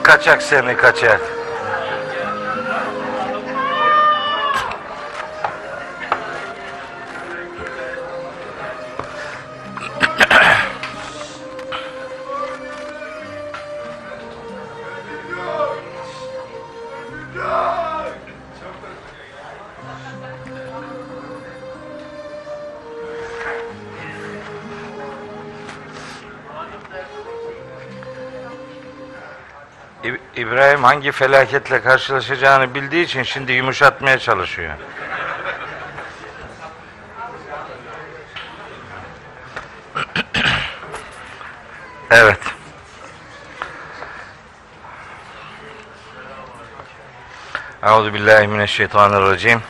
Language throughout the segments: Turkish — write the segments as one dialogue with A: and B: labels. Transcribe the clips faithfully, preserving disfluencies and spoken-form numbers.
A: kaçak seni kaçak. İbrahim hangi felaketle karşılaşacağını bildiği için şimdi yumuşatmaya çalışıyor. Evet. Euzubillahimineşşeytanirracim.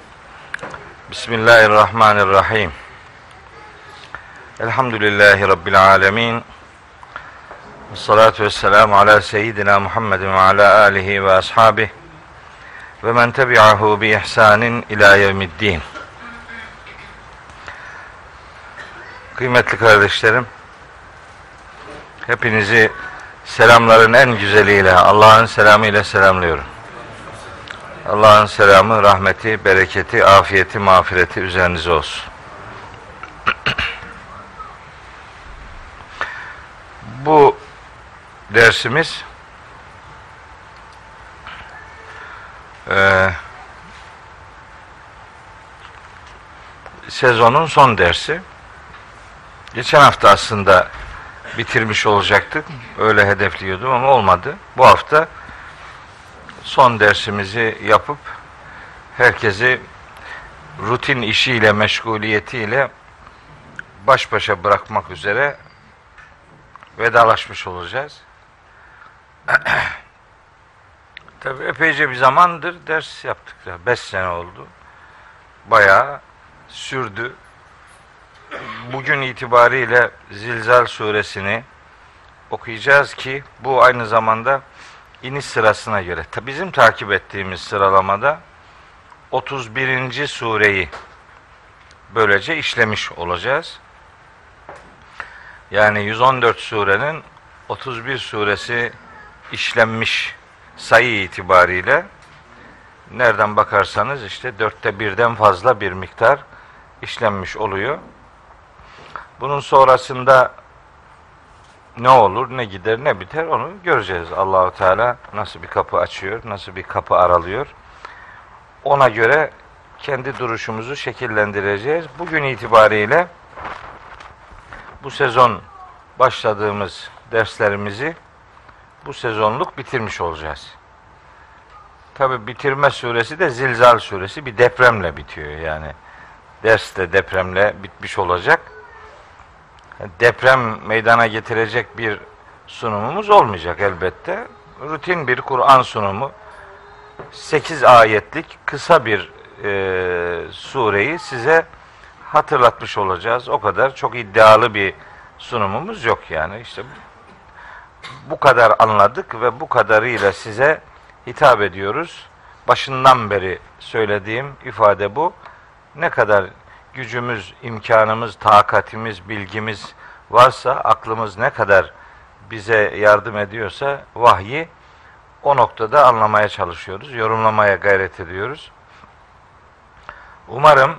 A: Bismillahirrahmanirrahim. Elhamdülillahi Rabbil alemin. Esselatu vesselamu ala seyyidina Muhammedin ve ala alihi ve ashabihi ve men tebi'ahu bi ihsanin ila yevmiddin. Kıymetli kardeşlerim, hepinizi selamların en güzeliyle, Allah'ın selamıyla selamlıyorum. Allah'ın selamı, rahmeti, bereketi, afiyeti, mağfireti üzerinize olsun. Bu dersimiz e, sezonun son dersi. Geçen hafta aslında bitirmiş olacaktık. Öyle hedefliyordum ama olmadı. Bu hafta son dersimizi yapıp herkesi rutin işiyle, meşguliyetiyle baş başa bırakmak üzere vedalaşmış olacağız. Tabii epeyce bir zamandır ders yaptık. Beş sene oldu. Bayağı sürdü. Bugün itibariyle Zilzal suresini okuyacağız ki bu aynı zamanda iniş sırasına göre. Bizim takip ettiğimiz sıralamada otuz birinci sureyi böylece işlemiş olacağız. Yani yüz on dört surenin otuz bir suresi işlenmiş sayı itibariyle nereden bakarsanız işte dörtte birden fazla bir miktar işlenmiş oluyor. Bunun sonrasında ne olur, ne gider, ne biter onu göreceğiz. Allah-u Teala nasıl bir kapı açıyor, nasıl bir kapı aralıyor. Ona göre kendi duruşumuzu şekillendireceğiz. Bugün itibariyle bu sezon başladığımız derslerimizi bu sezonluk bitirmiş olacağız. Tabi bitirme suresi de Zilzal suresi, bir depremle bitiyor yani. Ders de depremle bitmiş olacak. Deprem meydana getirecek bir sunumumuz olmayacak elbette. Rutin bir Kur'an sunumu. sekiz ayetlik kısa bir e, sureyi size hatırlatmış olacağız. O kadar çok iddialı bir sunumumuz yok yani. İşte bu kadar anladık ve bu kadarıyla size hitap ediyoruz. Başından beri söylediğim ifade bu. Ne kadar gücümüz, imkanımız, takatimiz, bilgimiz varsa, aklımız ne kadar bize yardım ediyorsa vahyi o noktada anlamaya çalışıyoruz, yorumlamaya gayret ediyoruz. Umarım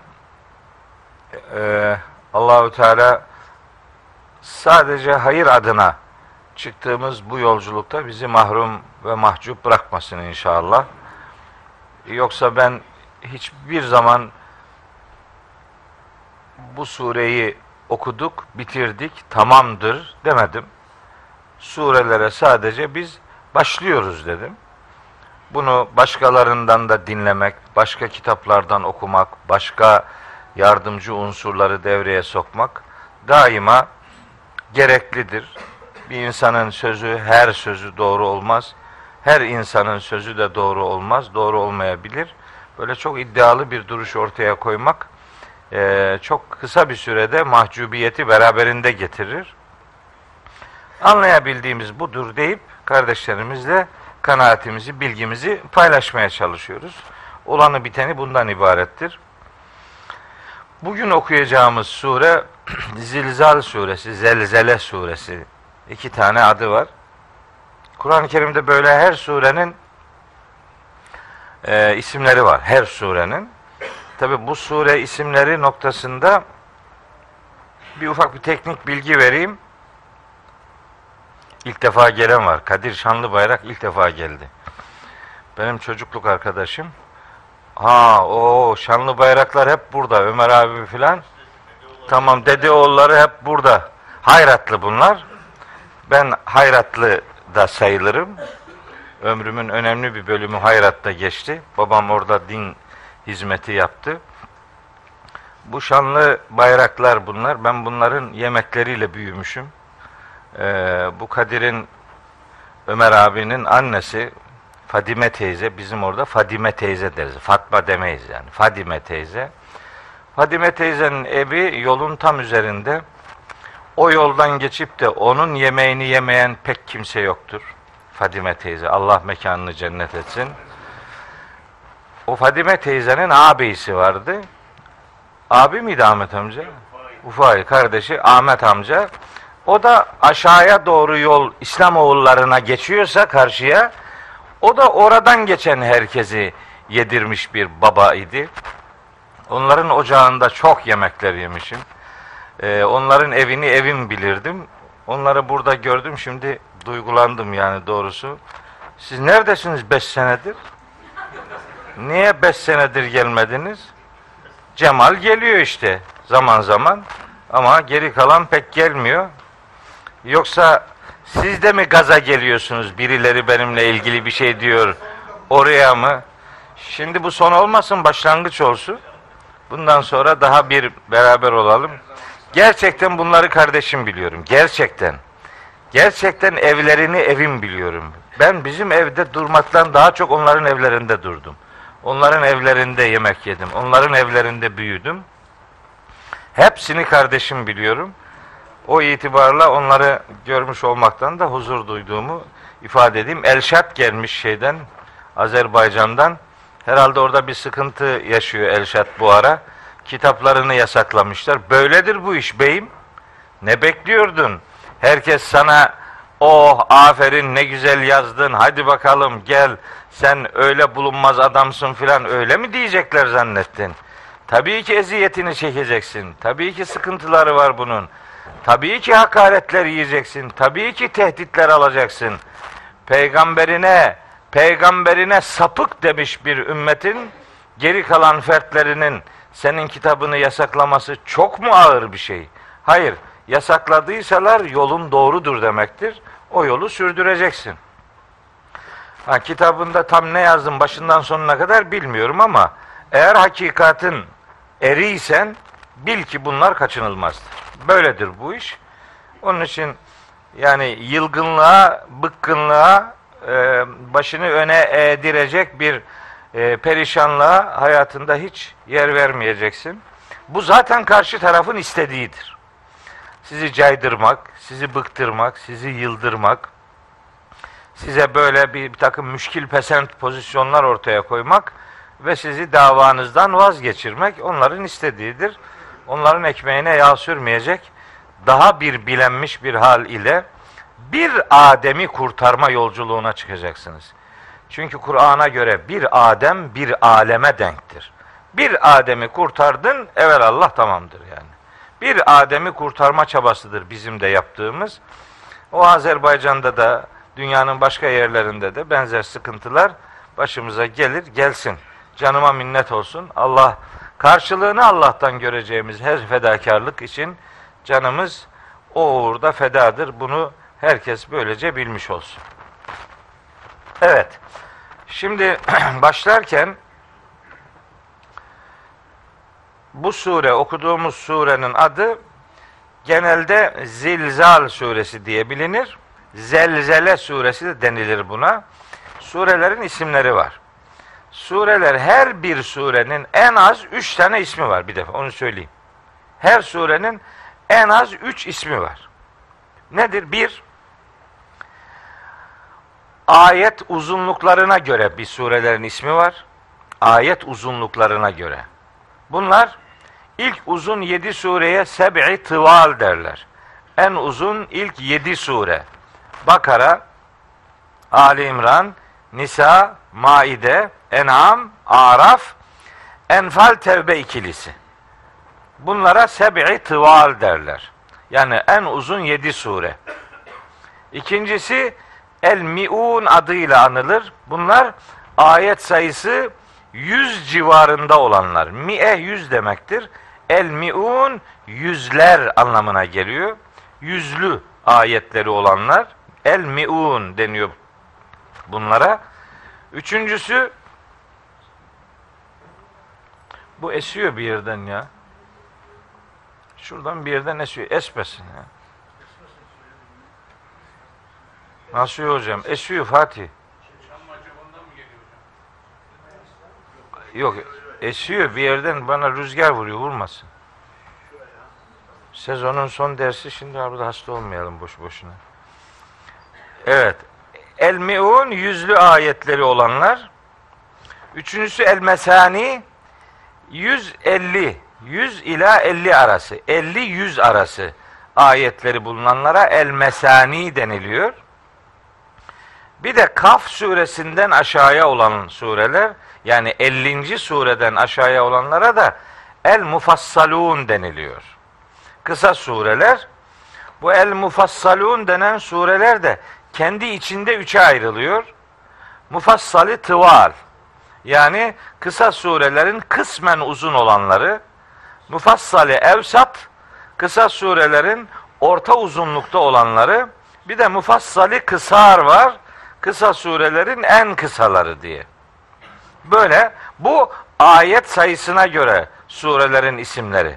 A: e, Allah-u Teala sadece hayır adına çıktığımız bu yolculukta bizi mahrum ve mahcup bırakmasın inşallah. Yoksa ben hiçbir zaman bu sureyi okuduk, bitirdik, tamamdır demedim. Surelere sadece biz başlıyoruz dedim. Bunu başkalarından da dinlemek, başka kitaplardan okumak, başka yardımcı unsurları devreye sokmak daima gereklidir. Bir insanın sözü, her sözü doğru olmaz. Her insanın sözü de doğru olmaz, doğru olmayabilir. Böyle çok iddialı bir duruş ortaya koymak Ee, çok kısa bir sürede mahcubiyeti beraberinde getirir. Anlayabildiğimiz budur deyip kardeşlerimizle kanaatimizi, bilgimizi paylaşmaya çalışıyoruz. Olanı biteni bundan ibarettir. Bugün okuyacağımız sure Zilzal suresi, Zelzele suresi. İki tane adı var. Kur'an-ı Kerim'de böyle her surenin e, isimleri var. Her surenin. Tabi bu sure isimleri noktasında bir ufak bir teknik bilgi vereyim. İlk defa gelen var. Kadir Şanlıbayrak ilk defa geldi. Benim çocukluk arkadaşım. Ha o şanlı bayraklar hep burada. Ömer abi filan. Tamam, dedeoğulları hep burada. Hayratlı bunlar. Ben Hayratlı da sayılırım. Ömrümün önemli bir bölümü Hayrat'ta geçti. Babam orada din hizmeti yaptı. Bu şanlı bayraklar bunlar. Ben bunların yemekleriyle büyümüşüm. Ee, bu Kadir'in, Ömer abinin annesi Fadime teyze, bizim orada Fadime teyze deriz. Fatma demeyiz yani. Fadime teyze. Fadime teyzenin evi yolun tam üzerinde. O yoldan geçip de onun yemeğini yemeyen pek kimse yoktur. Fadime teyze, Allah mekanını cennet etsin. O Fadime teyzenin ağabeyisi vardı. Abi miydi Ahmet amca? Ufay kardeşi Ahmet amca. O da aşağıya doğru yol İslamoğullarına geçiyorsa karşıya, o da oradan geçen herkesi yedirmiş bir baba idi. Onların ocağında çok yemekler yemişim. Ee, onların evini evim bilirdim. Onları burada gördüm, şimdi duygulandım yani doğrusu. Siz neredesiniz beş senedir? Niye beş senedir gelmediniz? Cemal geliyor işte zaman zaman ama geri kalan pek gelmiyor. Yoksa siz de mi gaza geliyorsunuz? Birileri benimle ilgili bir şey diyor. Oraya mı? Şimdi bu son olmasın, başlangıç olsun. Bundan sonra daha bir beraber olalım. Gerçekten bunları kardeşim biliyorum. Gerçekten. Gerçekten evlerini evim biliyorum. Ben bizim evde durmaktan daha çok onların evlerinde durdum. Onların evlerinde yemek yedim. Onların evlerinde büyüdüm. Hepsini kardeşim biliyorum. O itibarla onları görmüş olmaktan da huzur duyduğumu ifade edeyim. Elşat gelmiş şeyden, Azerbaycan'dan. Herhalde orada bir sıkıntı yaşıyor Elşat bu ara. Kitaplarını yasaklamışlar. Böyledir bu iş beyim. Ne bekliyordun? Herkes sana oh aferin ne güzel yazdın, hadi bakalım gel, sen öyle bulunmaz adamsın filan, öyle mi diyecekler zannettin? Tabii ki eziyetini çekeceksin. Tabii ki sıkıntıları var bunun. Tabii ki hakaretler yiyeceksin. Tabii ki tehditler alacaksın. Peygamberine, peygamberine sapık demiş bir ümmetin geri kalan fertlerinin senin kitabını yasaklaması çok mu ağır bir şey? Hayır, yasakladıysalar yolun doğrudur demektir. O yolu sürdüreceksin. Ha, kitabında tam ne yazdım başından sonuna kadar bilmiyorum ama eğer hakikatin eriysen bil ki bunlar kaçınılmazdır. Böyledir bu iş. Onun için yani yılgınlığa, bıkkınlığa, e, başını öne eğdirecek bir e, perişanlığa hayatında hiç yer vermeyeceksin. Bu zaten karşı tarafın istediğidir. Sizi caydırmak, sizi bıktırmak, sizi yıldırmak, size böyle bir, bir takım müşkil pesent pozisyonlar ortaya koymak ve sizi davanızdan vazgeçirmek onların istediğidir. Onların ekmeğine yağ sürmeyecek daha bir bilenmiş bir hal ile bir Adem'i kurtarma yolculuğuna çıkacaksınız. Çünkü Kur'an'a göre bir Adem bir aleme denktir. Bir Adem'i kurtardın, evelallah tamamdır yani. Bir Adem'i kurtarma çabasıdır bizim de yaptığımız. O Azerbaycan'da da dünyanın başka yerlerinde de benzer sıkıntılar başımıza gelir, gelsin. Canıma minnet olsun. Allah karşılığını Allah'tan göreceğimiz her fedakarlık için canımız o uğurda fedadır. Bunu herkes böylece bilmiş olsun. Evet. Şimdi başlarken bu sure, okuduğumuz surenin adı genelde Zilzal suresi diye bilinir. Zelzele suresi de denilir buna. Surelerin isimleri var. Sureler, her bir surenin en az üç tane ismi var, bir defa onu söyleyeyim. Her surenin en az üç ismi var. Nedir? Bir, ayet uzunluklarına göre bir surelerin ismi var. Ayet uzunluklarına göre. Bunlar ilk uzun yedi sureye seb'i tıval derler. En uzun ilk yedi sure. Bakara, Ali İmran, Nisa, Maide, En'am, Araf, Enfal, Tevbe ikilisi. Bunlara seb'i tıval derler. Yani en uzun yedi sure. İkincisi El-Mi'un adıyla anılır. Bunlar ayet sayısı yüz civarında olanlar. Mi'e yüz demektir. El-Mi'un yüzler anlamına geliyor. Yüzlü ayetleri olanlar El-Mi'un deniyor bunlara. Üçüncüsü, bu esiyor bir yerden ya. Şuradan bir yerden esiyor. Esmesin ya. Nasıl hocam? Esiyor Fatih. Yok, esiyor bir yerden, bana rüzgar vuruyor, vurmasın. Sezonun son dersi, şimdi burada hasta olmayalım boş boşuna. Evet. El-Mi'un yüzlü ayetleri olanlar. Üçüncüsü El-Mesani, yüz elli, yüz ila elli arası, elli yüz arası ayetleri bulunanlara El-Mesani deniliyor. Bir de Kaf suresinden aşağıya olan sureler, yani ellinci sureden aşağıya olanlara da El-Mufassalun deniliyor. Kısa sureler. Bu El-Mufassalun denen sureler de kendi içinde üçe ayrılıyor. Mufassali tıval, yani kısa surelerin kısmen uzun olanları. Mufassali evsat, kısa surelerin orta uzunlukta olanları. Bir de mufassali kısar var, kısa surelerin en kısaları diye. Böyle bu ayet sayısına göre surelerin isimleri.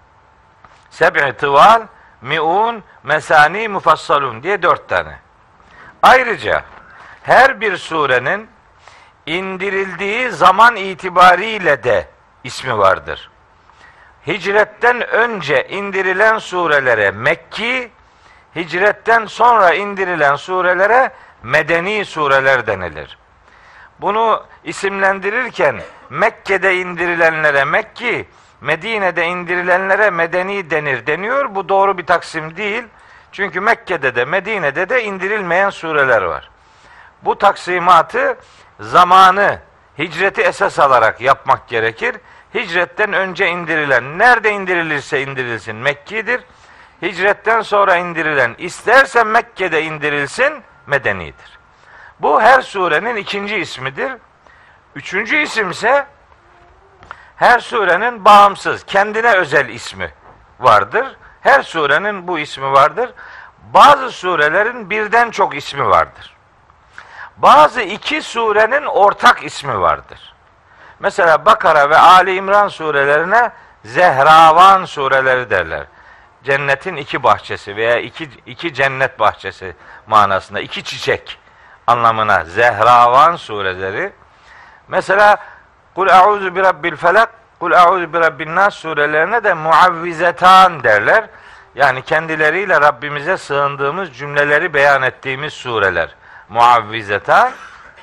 A: Seb'i tıval, mi'un, mesani, mufassalun diye dört tane. Ayrıca her bir surenin indirildiği zaman itibariyle de ismi vardır. Hicretten önce indirilen surelere Mekki, hicretten sonra indirilen surelere Medeni sureler denilir. Bunu isimlendirirken Mekke'de indirilenlere Mekki, Medine'de indirilenlere Medeni denir deniyor. Bu doğru bir taksim değil. Çünkü Mekke'de de Medine'de de indirilmeyen sureler var. Bu taksimatı zamanı, hicreti esas alarak yapmak gerekir. Hicretten önce indirilen, nerede indirilirse indirilsin Mekki'dir. Hicretten sonra indirilen, isterse Mekke'de indirilsin, Medeni'dir. Bu her surenin ikinci ismidir. Üçüncü isim ise her surenin bağımsız, kendine özel ismi vardır. Her surenin bu ismi vardır. Bazı surelerin birden çok ismi vardır. Bazı iki surenin ortak ismi vardır. Mesela Bakara ve Ali İmran surelerine Zehravan sureleri derler. Cennetin iki bahçesi veya iki, iki cennet bahçesi manasında, iki çiçek anlamına Zehravan sureleri. Mesela Kul a'udhu bi rabbil felak, Kul a'udhu bi rabbin nas surelerine de muavvizetan derler. Yani kendileriyle Rabbimize sığındığımız cümleleri beyan ettiğimiz sureler. Muavvizetan.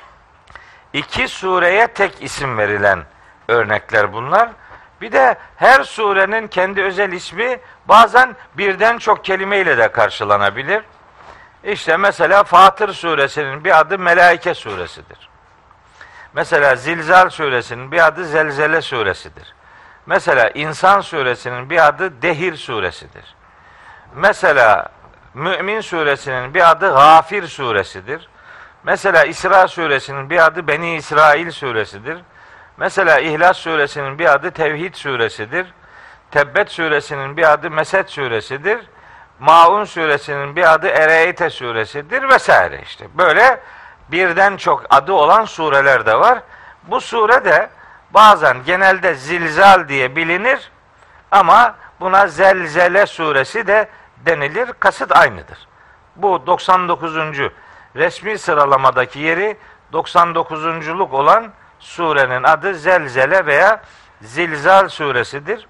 A: İki sureye tek isim verilen örnekler bunlar. Bir de her surenin kendi özel ismi bazen birden çok kelimeyle de karşılanabilir. İşte mesela Fatır suresinin bir adı Melaike suresidir. Mesela Zilzal suresinin bir adı Zelzele suresidir. Mesela İnsan suresinin bir adı Dehir suresidir. Mesela Mü'min suresinin bir adı Gafir suresidir. Mesela İsra suresinin bir adı Beni İsrail suresidir. Mesela İhlas suresinin bir adı Tevhid suresidir. Tebbet suresinin bir adı Mesed suresidir. Maun suresinin bir adı Ereyte suresidir vesaire işte. Böyle birden çok adı olan sureler de var. Bu sure de bazen genelde Zilzal diye bilinir ama buna Zelzele suresi de denilir. Kasıt aynıdır. Bu doksan dokuzuncu resmi sıralamadaki yeri doksan dokuzunculuk olan surenin adı Zelzele veya Zilzal suresidir.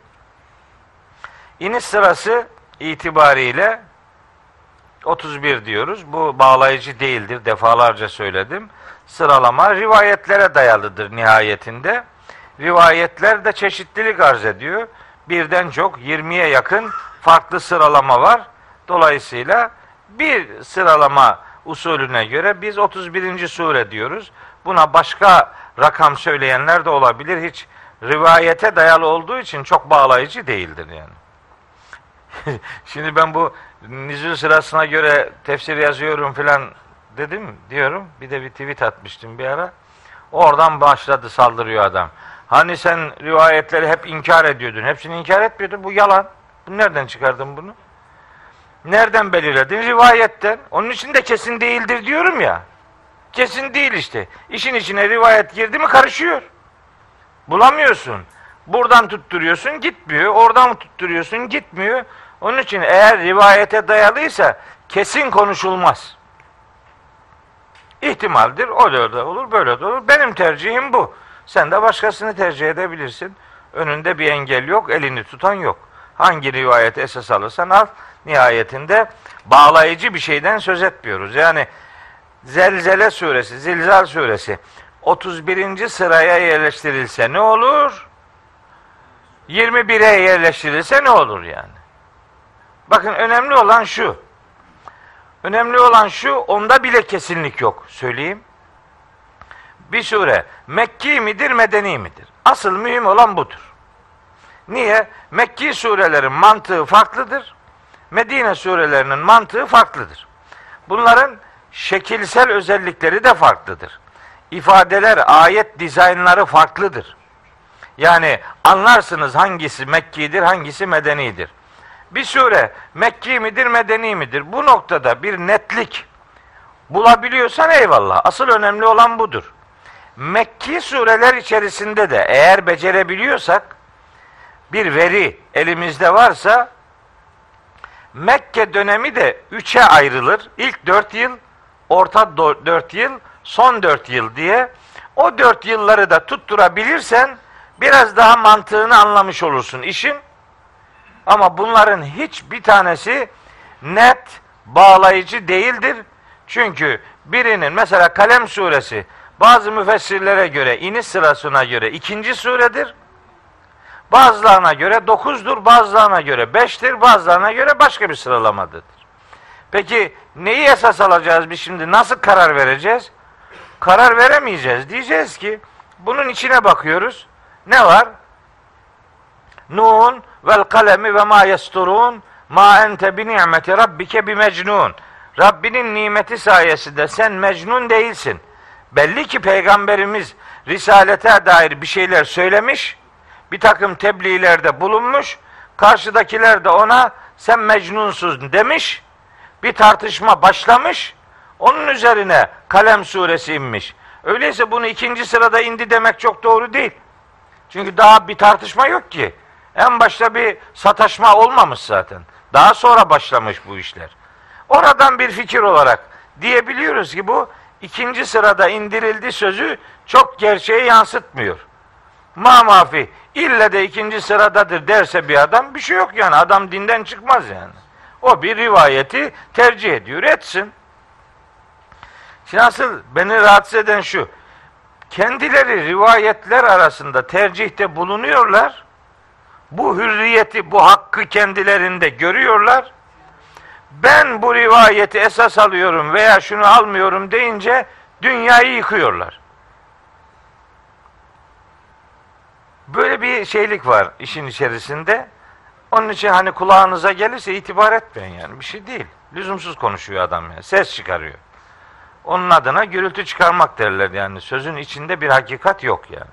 A: İniş sırası itibariyle otuz bir diyoruz. Bu bağlayıcı değildir. Defalarca söyledim. Sıralama rivayetlere dayalıdır nihayetinde. Rivayetler de çeşitlilik arz ediyor. Birden çok yirmiye yakın farklı sıralama var. Dolayısıyla bir sıralama usulüne göre biz otuz birinci sure diyoruz. Buna başka rakam söyleyenler de olabilir. Hiç rivayete dayalı olduğu için çok bağlayıcı değildir yani. Şimdi ben bu nüzul sırasına göre tefsir yazıyorum filan dedim diyorum. Bir de bir tweet atmıştım bir ara. Oradan başladı saldırıyor adam. Hani sen rivayetleri hep inkar ediyordun. Hepsini inkar etmiyordun. Bu yalan. Bu nereden çıkardın bunu? Nereden belirledin? Rivayetten. Onun için de kesin değildir diyorum ya. Kesin değil işte. İşin içine rivayet girdi mi karışıyor. Bulamıyorsun. Buradan tutturuyorsun gitmiyor. Oradan tutturuyorsun gitmiyor. Onun için eğer rivayete dayalıysa kesin konuşulmaz. İhtimaldir. Öyle de olur, böyle de olur. Benim tercihim bu. Sen de başkasını tercih edebilirsin. Önünde bir engel yok, elini tutan yok. Hangi rivayeti esas alırsan al, nihayetinde bağlayıcı bir şeyden söz etmiyoruz. Yani Zelzele suresi, Zilzal suresi otuz birinci sıraya yerleştirilse ne olur? yirmi bire yerleştirilse ne olur yani? Bakın önemli olan şu. Önemli olan şu, onda bile kesinlik yok. Söyleyeyim. Bir sure Mekki midir, Medeni midir? Asıl mühim olan budur. Niye? Mekki surelerin mantığı farklıdır. Medine surelerinin mantığı farklıdır. Bunların şekilsel özellikleri de farklıdır. İfadeler, ayet dizaynları farklıdır. Yani anlarsınız hangisi Mekki'dir, hangisi Medeni'dir. Bir sure Mekki midir, Medeni midir? Bu noktada bir netlik bulabiliyorsan eyvallah. Asıl önemli olan budur. Mekki sureler içerisinde de eğer becerebiliyorsak, bir veri elimizde varsa, Mekke dönemi de üçe ayrılır. İlk dört yıl, orta dört yıl, son dört yıl diye. O dört yılları da tutturabilirsen biraz daha mantığını anlamış olursun işin. Ama bunların hiçbir tanesi net, bağlayıcı değildir. Çünkü birinin mesela Kalem suresi bazı müfessirlere göre, iniş sırasına göre ikinci suredir. Bazılarına göre dokuzdur, bazılarına göre beştir, bazılarına göre başka bir sıralamadır. Peki neyi esas alacağız biz şimdi? Nasıl karar vereceğiz? Karar veremeyeceğiz. Diyeceğiz ki bunun içine bakıyoruz. Ne var? Nun vel kalemi ve ma yesturun ma ente bi ni'meti rabbike bi mecnun. Rabbinin nimeti sayesinde sen mecnun değilsin. Belli ki Peygamberimiz risalete dair bir şeyler söylemiş, bir takım tebliğlerde bulunmuş, karşıdakiler de ona sen mecnunsun demiş, bir tartışma başlamış, onun üzerine Kalem suresi inmiş. Öyleyse bunu ikinci sırada indi demek çok doğru değil. Çünkü daha bir tartışma yok ki. En başta bir sataşma olmamış zaten. Daha sonra başlamış bu işler. Oradan bir fikir olarak diyebiliyoruz ki bu ikinci sırada indirildi sözü çok gerçeği yansıtmıyor. Ma mafi ille de ikinci sıradadır derse bir adam bir şey yok yani. Adam dinden çıkmaz yani. O bir rivayeti tercih ediyor. Etsin. Şimdi asıl beni rahatsız eden şu. Kendileri rivayetler arasında tercihte bulunuyorlar. Bu hürriyeti, bu hakkı kendilerinde görüyorlar. Ben bu rivayeti esas alıyorum veya şunu almıyorum deyince dünyayı yıkıyorlar. Böyle bir şeylik var işin içerisinde. Onun için hani kulağınıza gelirse itibar etmeyin yani. Bir şey değil. Lüzumsuz konuşuyor adam yani. Ses çıkarıyor. Onun adına gürültü çıkarmak derler yani. Sözün içinde bir hakikat yok yani.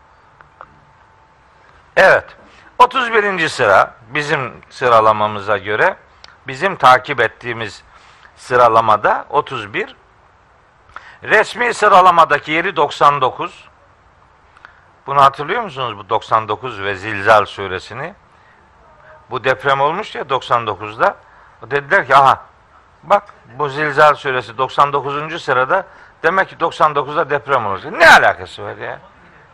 A: Evet. otuz birinci sıra bizim sıralamamıza göre, bizim takip ettiğimiz sıralamada otuz bir. Resmi sıralamadaki yeri doksan dokuz. Bunu hatırlıyor musunuz bu doksan dokuz ve Zilzal suresini? Bu deprem olmuş ya doksan dokuzda. Dediler ki aha bak bu Zilzal suresi doksan dokuzuncu sırada, demek ki doksan dokuzda deprem olacak. Ne alakası var ya?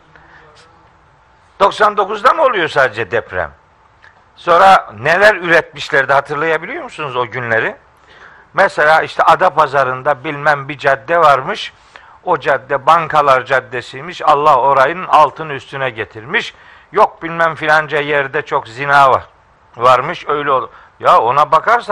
A: doksan dokuzda mı oluyor sadece deprem? Sonra neler üretmişlerdi hatırlayabiliyor musunuz o günleri? Mesela işte Adapazarı'nda bilmem bir cadde varmış. O cadde Bankalar Caddesi'ymiş. Allah orayın altını üstüne getirmiş. Yok bilmem filanca yerde çok zina var. Varmış öyle olur. Ya ona bakarsan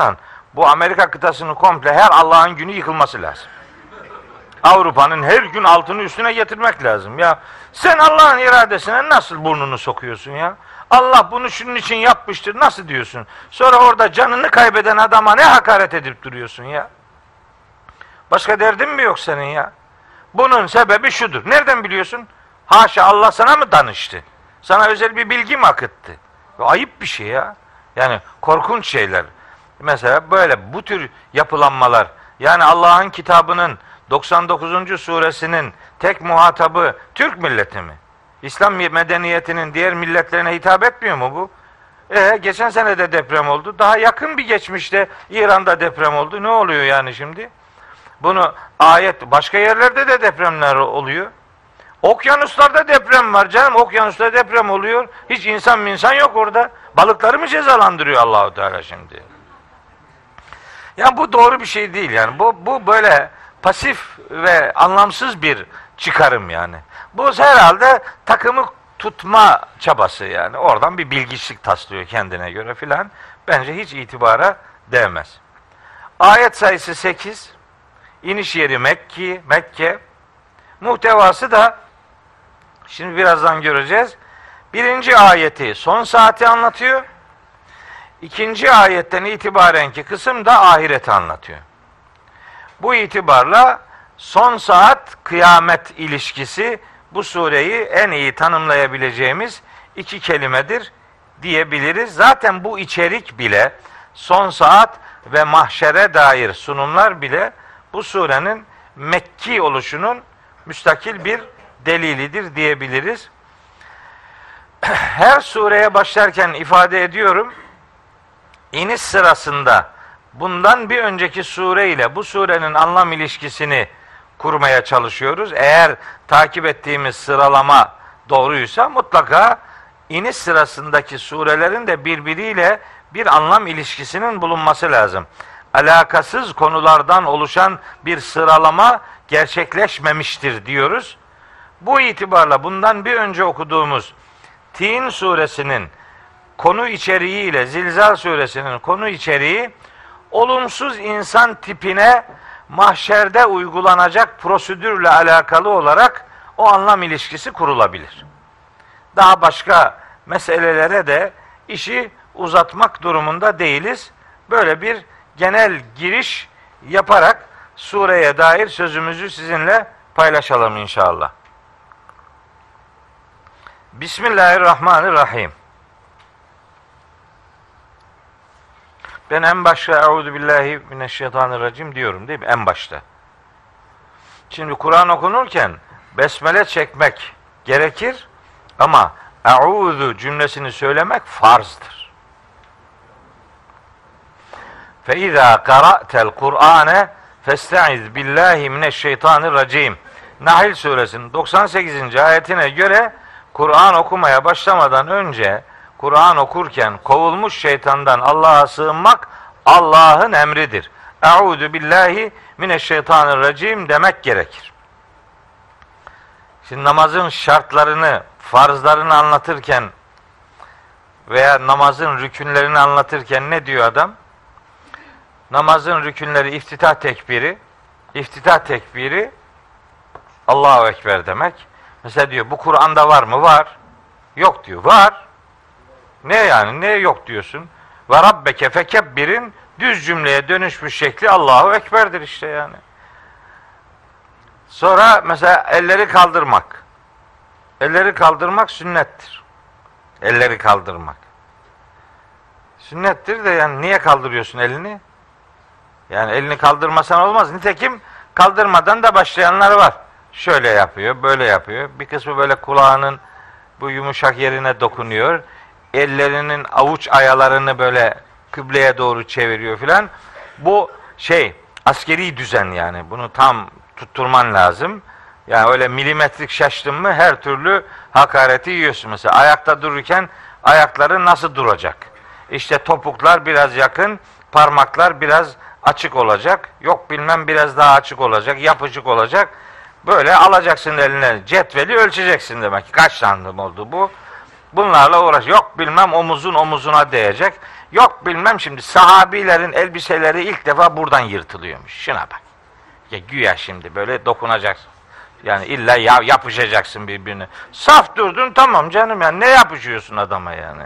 A: Bu Amerika kıtasının komple her Allah'ın günü yıkılması lazım. Avrupa'nın her gün altını üstüne getirmek lazım. Ya sen Allah'ın iradesine nasıl burnunu sokuyorsun ya? Allah bunu şunun için yapmıştır nasıl diyorsun? Sonra orada canını kaybeden adama ne hakaret edip duruyorsun ya? Başka derdin mi yok senin ya? Bunun sebebi şudur. Nereden biliyorsun? Haşa, Allah sana mı danıştı? Sana özel bir bilgi mi akıttı? Ayıp bir şey ya. Yani korkunç şeyler. Mesela böyle bu tür yapılanmalar, yani Allah'ın kitabının doksan dokuzuncu suresinin tek muhatabı Türk milleti mi? İslam medeniyetinin diğer milletlerine hitap etmiyor mu bu? E geçen sene de deprem oldu. Daha yakın bir geçmişte İran'da deprem oldu. Ne oluyor yani şimdi? Bunu ayet, başka yerlerde de depremler oluyor. Okyanuslarda deprem var canım. Okyanusta deprem oluyor. Hiç insan insan yok orada. Balıkları mı cezalandırıyor Allahu Teala şimdi? Yani bu doğru bir şey değil yani. Bu bu böyle pasif ve anlamsız bir çıkarım yani. Bu herhalde takımı tutma çabası yani. Oradan bir bilgiçlik taslıyor kendine göre filan. Bence hiç itibara değmez. Ayet sayısı sekiz. İniş yeri Mekke, Mekke. Muhtevası da şimdi birazdan göreceğiz. Birinci ayeti son saati anlatıyor. İkinci ayetten itibarenki kısım da ahireti anlatıyor. Bu itibarla son saat kıyamet ilişkisi bu sureyi en iyi tanımlayabileceğimiz iki kelimedir diyebiliriz. Zaten bu içerik bile, son saat ve mahşere dair sunumlar bile bu surenin Mekki oluşunun müstakil bir delilidir diyebiliriz. Her sureye başlarken ifade ediyorum, iniş sırasında bundan bir önceki sure ile bu surenin anlam ilişkisini kurmaya çalışıyoruz. Eğer takip ettiğimiz sıralama doğruysa mutlaka iniş sırasındaki surelerin de birbiriyle bir anlam ilişkisinin bulunması lazım. Alakasız konulardan oluşan bir sıralama gerçekleşmemiştir diyoruz. Bu itibarla bundan bir önce okuduğumuz Tin suresinin konu içeriği ile Zilzal suresinin konu içeriği olumsuz insan tipine mahşerde uygulanacak prosedürle alakalı olarak o anlam ilişkisi kurulabilir. Daha başka meselelere de işi uzatmak durumunda değiliz. Böyle bir genel giriş yaparak sureye dair sözümüzü sizinle paylaşalım inşallah. Bismillahirrahmanirrahim. Ben en başta Euzubillahimineşşeytanirracim mineşşeytanirracim diyorum değil mi? En başta. Şimdi Kur'an okunurken besmele çekmek gerekir ama Euzu cümlesini söylemek farzdır. Fe izâ qara'tel Kur'ane festaiz billahi mineşşeytanirracim. Nahl suresinin doksan sekizinci ayetine göre Kur'an okumaya başlamadan önce Kur'an okurken kovulmuş şeytandan Allah'a sığınmak Allah'ın emridir. Euzu billahi mineşşeytanirracim demek gerekir. Şimdi namazın şartlarını, farzlarını anlatırken veya namazın rükünlerini anlatırken ne diyor adam? Namazın rükünleri iftitah tekbiri, iftitah tekbiri Allahu Ekber demek. Mesela diyor bu Kur'an'da var mı? Var. Yok diyor. Var. Ne yani? Ne yok diyorsun? Ve Rabbeke fekebbirin düz cümleye dönüşmüş şekli Allahu Ekber'dir işte yani. Sonra mesela elleri kaldırmak. Elleri kaldırmak sünnettir. Elleri kaldırmak. Sünnettir de yani niye kaldırıyorsun elini? Yani elini kaldırmasan olmaz. Nitekim kaldırmadan da başlayanlar var. Şöyle yapıyor, böyle yapıyor. Bir kısmı böyle kulağının bu yumuşak yerine dokunuyor. Ellerinin avuç ayalarını böyle kıbleye doğru çeviriyor filan. Bu şey askeri düzen yani. Bunu tam tutturman lazım. Yani öyle milimetrik şaştın mı her türlü hakareti yiyorsun. Mesela ayakta dururken ayakları nasıl duracak? İşte topuklar biraz yakın, parmaklar biraz açık olacak. Yok bilmem biraz daha açık olacak, yapıcık olacak. Böyle alacaksın eline cetveli ölçeceksin demek ki. Kaç santim oldu bu? Bunlarla uğraş. Yok bilmem omuzun omuzuna değecek. Yok bilmem şimdi sahabilerin elbiseleri ilk defa buradan yırtılıyormuş. Şuna bak. Ya güya şimdi böyle dokunacaksın. Yani illa ya, yapışacaksın birbirine. Saf durdun tamam canım yani ne yapışıyorsun adama yani.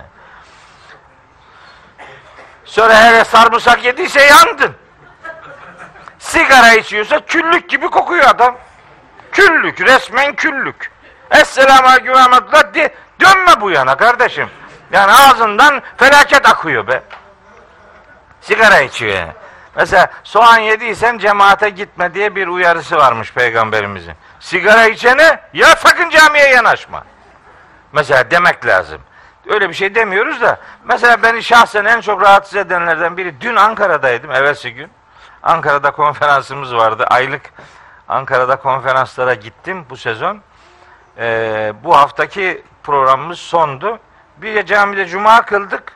A: Sonra hele sarımsak yediyse yandın. Sigara içiyorsa küllük gibi kokuyor adam. Küllük, resmen küllük. Esselamu aleyküm ve rahmetullah de, dönme bu yana kardeşim. Yani ağzından felaket akıyor be. Sigara içiyor yani. Mesela soğan yediysen cemaate gitme diye bir uyarısı varmış Peygamberimizin. Sigara içene ya sakın camiye yanaşma. Mesela demek lazım. Öyle bir şey demiyoruz da. Mesela beni şahsen en çok rahatsız edenlerden biri. Dün Ankara'daydım evvelsi gün. Ankara'da konferansımız vardı. Aylık Ankara'da konferanslara gittim bu sezon. Ee, bu haftaki programımız sondu. Bir de camide cuma kıldık.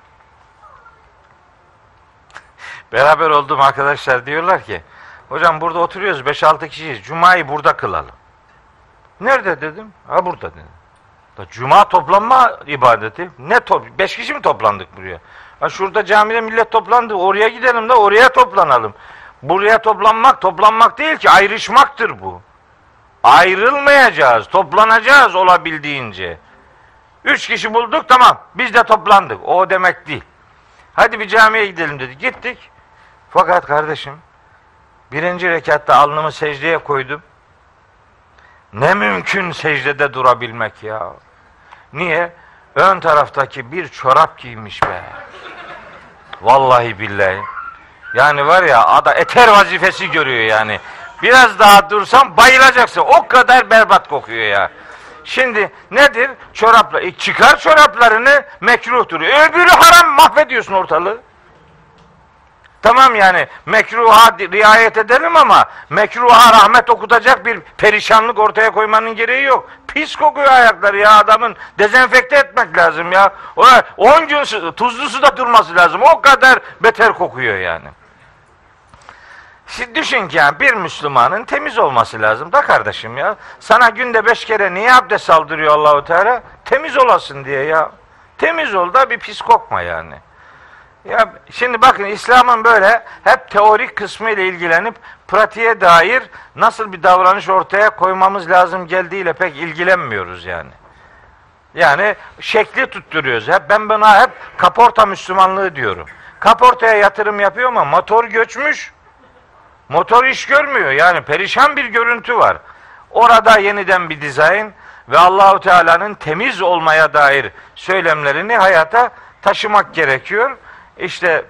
A: Beraber olduğum arkadaşlar diyorlar ki hocam burada oturuyoruz beş altı kişiyiz. Cuma'yı burada kılalım. Nerede dedim? Ha burada dedim. Cuma toplanma ibadeti. Ne top? Beş kişi mi toplandık buraya? Ha şurada camide millet toplandı. Oraya gidelim de oraya toplanalım. Buraya toplanmak toplanmak değil ki ayrışmaktır bu. Ayrılmayacağız. Toplanacağız olabildiğince. Üç kişi bulduk tamam. Biz de toplandık. O demek değil. Hadi bir camiye gidelim dedi. Gittik. Fakat kardeşim birinci rekatta alnımı secdeye koydum. Ne mümkün secdede durabilmek ya. Niye? Ön taraftaki bir çorap giymiş be. Vallahi billahi. Yani var ya ada eter vazifesi görüyor yani. Biraz daha dursam bayılacaksın. O kadar berbat kokuyor ya. Şimdi nedir? Çorapla. E çıkar çoraplarını mekruhtur. Öbürü haram mahvediyorsun ortalığı. Tamam yani mekruha riayet edelim ama mekruha rahmet okutacak bir perişanlık ortaya koymanın gereği yok. Pis kokuyor ayakları ya adamın. Dezenfekte etmek lazım ya. on gün tuzlu suda durması lazım. O kadar beter kokuyor yani. Şimdi düşün ki yani bir Müslümanın temiz olması lazım da kardeşim ya. Sana günde beş kere niye abdest aldırıyor Allahu Teala? Temiz olasın diye ya. Temiz ol da bir pis kokma yani. Ya şimdi bakın İslam'ın böyle hep teorik kısmı ile ilgilenip pratiğe dair nasıl bir davranış ortaya koymamız lazım geldiğiyle pek ilgilenmiyoruz yani. Yani şekli tutturuyoruz. Hep ben buna hep kaporta Müslümanlığı diyorum. Kaportaya yatırım yapıyor ama motor göçmüş. Motor iş görmüyor. Yani perişan bir görüntü var. Orada yeniden bir dizayn ve Allahu Teala'nın temiz olmaya dair söylemlerini hayata taşımak gerekiyor. İşte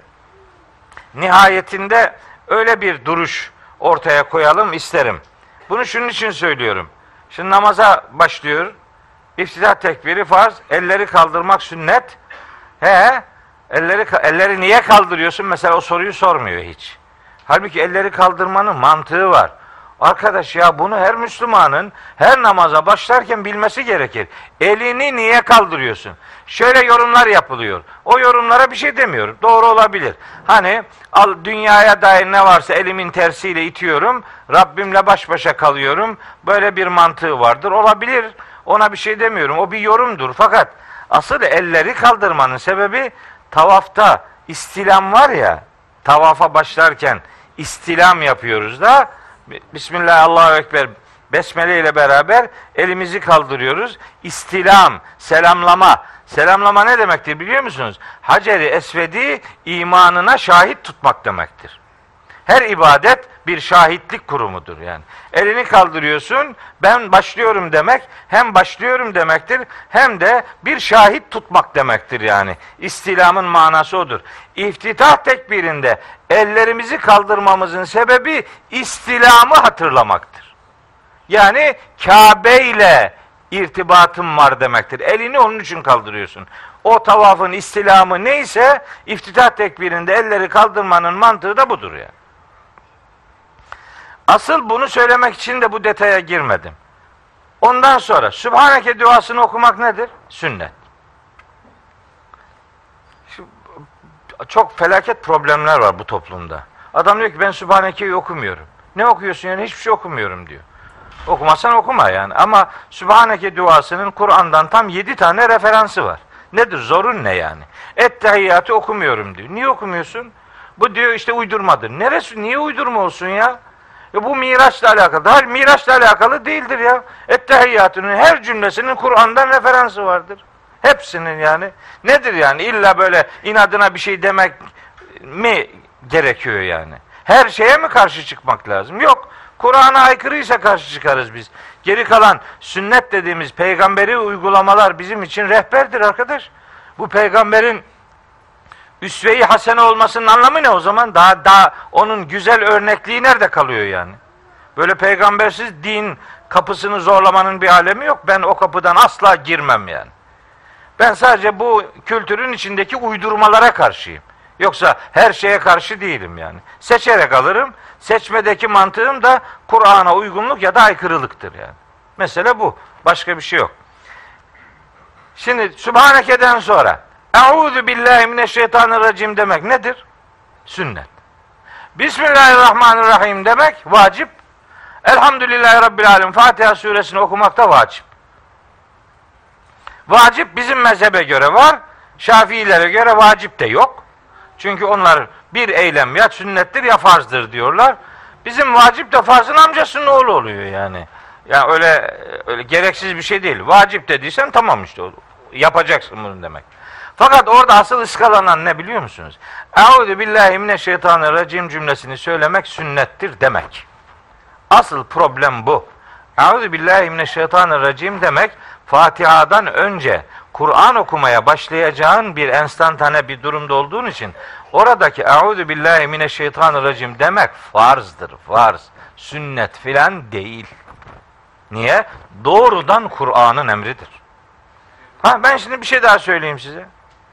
A: nihayetinde öyle bir duruş ortaya koyalım isterim. Bunu şunun için söylüyorum. Şimdi namaza başlıyor. İftitah tekbiri farz. Elleri kaldırmak sünnet. He, elleri elleri niye kaldırıyorsun? Mesela o soruyu sormuyor hiç. Halbuki elleri kaldırmanın mantığı var. Arkadaş ya bunu her Müslümanın her namaza başlarken bilmesi gerekir. Elini niye kaldırıyorsun? Şöyle yorumlar yapılıyor. O yorumlara bir şey demiyorum. Doğru olabilir. Hani al dünyaya dair ne varsa elimin tersiyle itiyorum. Rabbimle baş başa kalıyorum. Böyle bir mantığı vardır. Olabilir. Ona bir şey demiyorum. O bir yorumdur. Fakat asıl elleri kaldırmanın sebebi tavafta istilam var ya. Tavafa başlarken istilam yapıyoruz da Bismillah, Allahu Ekber, Besmele ile beraber elimizi kaldırıyoruz. İstilam, selamlama. Selamlama ne demektir biliyor musunuz? Hacer-i Esved'i imanına şahit tutmak demektir. Her ibadet bir şahitlik kurumudur yani. Elini kaldırıyorsun, ben başlıyorum demek, hem başlıyorum demektir, hem de bir şahit tutmak demektir yani. İstilamın manası odur. İftitah tekbirinde ellerimizi kaldırmamızın sebebi istilamı hatırlamaktır. Yani Kabe ile irtibatım var demektir. Elini onun için kaldırıyorsun. O tavafın istilamı neyse, iftitah tekbirinde elleri kaldırmanın mantığı da budur yani. Asıl bunu söylemek için de bu detaya girmedim. Ondan sonra Sübhaneke duasını okumak nedir? Sünnet. Şu, çok felaket problemler var bu toplumda. Adam diyor ki ben Sübhaneke'yi okumuyorum. Ne okuyorsun yani? Hiçbir şey okumuyorum diyor. Okumazsan okuma yani. Ama Sübhaneke duasının Kur'an'dan tam yedi tane referansı var. Nedir? Zorun ne yani? Ettehiyyatı okumuyorum diyor. Niye okumuyorsun? Bu diyor işte uydurmadır. Neresi? Niye uydurma olsun ya? E bu Miraç'la alakalı. Hayır, Miraç'la alakalı değildir ya. Ettehiyyatının her cümlesinin Kur'an'dan referansı vardır. Hepsinin yani. Nedir yani? İlla böyle inadına bir şey demek mi gerekiyor yani? Her şeye mi karşı çıkmak lazım? Yok. Kur'an'a aykırıysa karşı çıkarız biz. Geri kalan sünnet dediğimiz peygamberi uygulamalar bizim için rehberdir arkadaş. Bu peygamberin üsve-i hasene olmasının anlamı ne o zaman? Daha daha onun güzel örnekliği nerede kalıyor yani? Böyle peygambersiz din kapısını zorlamanın bir alemi yok. Ben o kapıdan asla girmem yani. Ben sadece bu kültürün içindeki uydurmalara karşıyım. Yoksa her şeye karşı değilim yani. Seçerek alırım. Seçmedeki mantığım da Kur'an'a uygunluk ya da aykırılıktır yani. Mesele bu. Başka bir şey yok. Şimdi Sübhaneke'den sonra Euzu billahi mineşşeytanirracim demek nedir? Sünnet. Bismillahirrahmanirrahim demek vacip. Elhamdülillahi Rabbil alemin Fatiha suresini okumak da vacip. Vacip bizim mezhebe göre var. Şafiilere göre vacip de yok. Çünkü onlar bir eylem ya sünnettir ya farzdır diyorlar. Bizim vacip de farzın amcasının oğlu oluyor yani. Yani öyle öyle gereksiz bir şey değil. Vacip dediysen tamam işte yapacaksın bunu demek. Fakat orada asıl ıskalanan ne biliyor musunuz? Euzu billahi mineşşeytanirracim cümlesini söylemek sünnettir demek. Asıl problem bu. Euzu billahi mineşşeytanirracim demek Fatiha'dan önce Kur'an okumaya başlayacağın bir enstantane bir durumda olduğun için oradaki Euzu billahi mineşşeytanirracim demek farzdır, farz. Sünnet filan değil. Niye? Doğrudan Kur'an'ın emridir. Ha ben şimdi bir şey daha söyleyeyim size.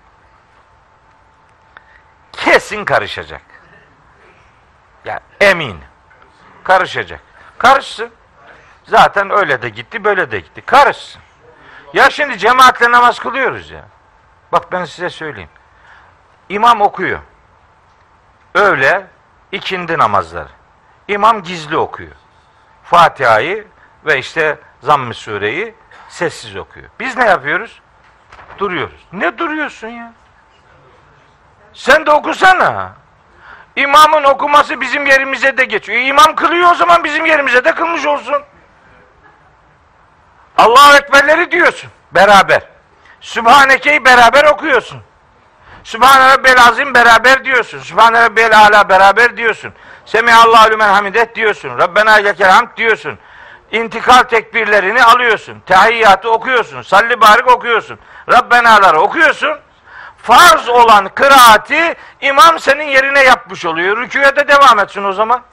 A: Kesin karışacak. Ya emin. Karışacak. Karışsın. Zaten öyle de gitti, böyle de gitti. Karışsın. Ya şimdi cemaatle namaz kılıyoruz ya. Bak ben size söyleyeyim. İmam okuyor. Öğle, ikindi namazları. İmam gizli okuyor. Fatiha'yı ve işte Zamm-ı Sure'yi sessiz okuyor. Biz ne yapıyoruz? Duruyoruz. Ne duruyorsun ya? Sen de okusana. İmamın okuması bizim yerimize de geçiyor. İmam kılıyor o zaman bizim yerimize de kılmış olsun. Allahu Ekberleri diyorsun beraber. Sübhaneke'yi beraber okuyorsun. Sübhane Rabbel Azim beraber diyorsun. Sübhane Rabbel Ala beraber diyorsun. Semihallahu lümen hamidet diyorsun. Rabbena lekel hamd diyorsun. İntikal tekbirlerini alıyorsun. Tehiyyatı okuyorsun. Salli barik okuyorsun. Rabbena'ları okuyorsun. Farz olan kıraati imam senin yerine yapmış oluyor. Rüküye de devam etsin o zaman.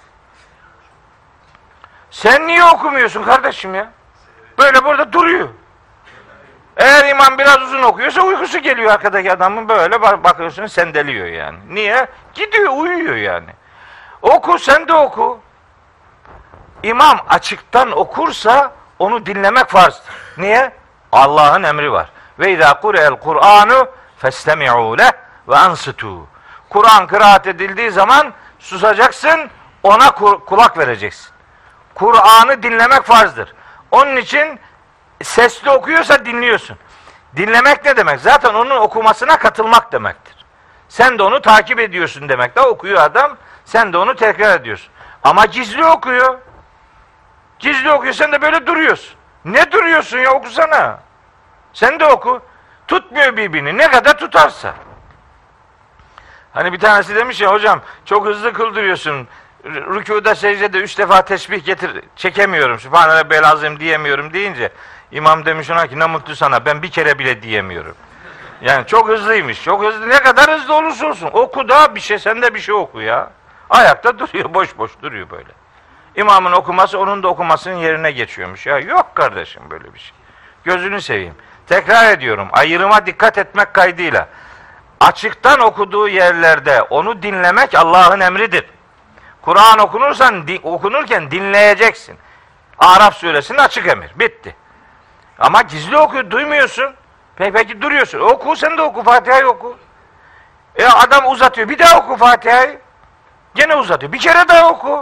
A: Sen niye okumuyorsun kardeşim ya? Böyle burada duruyor. Eğer imam biraz uzun okuyorsa uykusu geliyor arkadaki adamın, böyle bakıyorsun sendeliyor yani. Niye? Gidiyor, uyuyor yani. Oku, sen de oku. İmam açıktan okursa onu dinlemek farzdır. Niye? Allah'ın emri var. Ve izâ kure'el Kur'anu festemi'û leh ve ansitû. Kur'an kıraat edildiği zaman susacaksın, ona kulak vereceksin. Kur'an'ı dinlemek farzdır. Onun için sesli okuyorsa dinliyorsun. Dinlemek ne demek? Zaten onun okumasına katılmak demektir. Sen de onu takip ediyorsun demek. Da okuyor adam, sen de onu tekrar ediyorsun. Ama gizli okuyor. Gizli okuyor, sen de böyle duruyorsun. Ne duruyorsun ya, okusana. Sen de oku. Tutmuyor birbirini, ne kadar tutarsa. Hani bir tanesi demiş ya, hocam çok hızlı kıldırıyorsun. Rükûda secdede üç defa tesbih getir, çekemiyorum. Sübhane Rabbiyel Azim diyemiyorum deyince imam demiş ona ki ne mutlu sana, ben bir kere bile diyemiyorum. Yani çok hızlıymış. Çok hızlı, ne kadar hızlı olursa olsun. Oku da bir şey, sen de bir şey oku ya. Ayakta duruyor, boş boş duruyor böyle. İmamın okuması onun da okumasının yerine geçiyormuş. Ya yok kardeşim böyle bir şey. Gözünü seveyim. Tekrar ediyorum, ayrıma dikkat etmek kaydıyla. Açıktan okuduğu yerlerde onu dinlemek Allah'ın emridir. Kur'an okunursan, di, okunurken dinleyeceksin. Araf suresinin açık emir. Bitti. Ama gizli okuyor, duymuyorsun. Peki, peki duruyorsun. Oku, sen de oku, Fatiha'yı oku. E adam uzatıyor, bir daha oku Fatiha'yı. Gene uzatıyor, bir kere daha oku.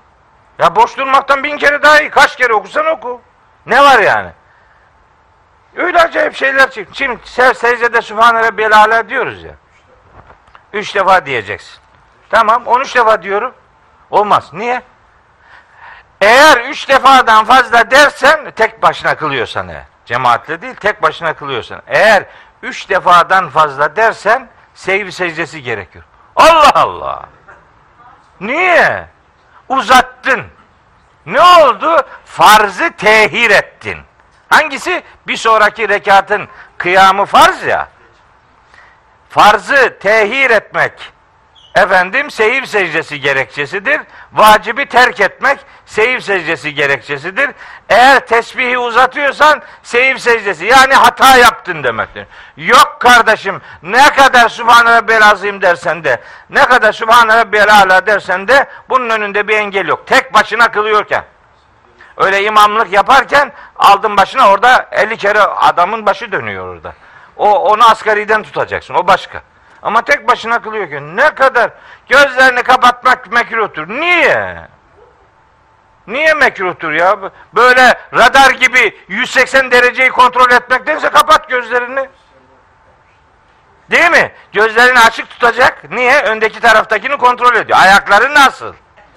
A: Ya boş durmaktan bin kere daha iyi. Kaç kere okusan oku. Ne var yani? Öyle acayip şeyler çıktı. Şimdi secdede Sübhane Rabbiyel Ala diyoruz ya. Üç defa diyeceksin. Tamam, on üç defa diyorum. Olmaz. Niye? Eğer üç defadan fazla dersen, tek başına kılıyorsan eğer, cemaatle değil, tek başına kılıyorsan, eğer üç defadan fazla dersen, sehvi secdesi gerekiyor. Allah Allah! Niye? Uzattın. Ne oldu? Farzı tehir ettin. Hangisi? Bir sonraki rekatın kıyamı farz ya. Farzı tehir etmek, efendim, sehiv secdesi gerekçesidir. Vacibi terk etmek, sehiv secdesi gerekçesidir. Eğer tesbihi uzatıyorsan, sehiv secdesi, yani hata yaptın demektir. Yok kardeşim, ne kadar Sübhane Rabbiyel Azim dersen de, ne kadar Sübhane Rabbiyel Ala dersen de, bunun önünde bir engel yok. Tek başına kılıyorken, öyle imamlık yaparken, aldın başına, orada elli kere adamın başı dönüyor orada. O, onu asgariden tutacaksın, o başka. Ama tek başına kılıyorken ne kadar gözlerini kapatmak mekruhtur. Niye? Niye mekruhtur ya? Böyle radar gibi yüz seksen dereceyi kontrol etmektense kapat gözlerini. Değil mi? Gözlerini açık tutacak. Niye? Öndeki taraftakini kontrol ediyor. Ayakları nasıl?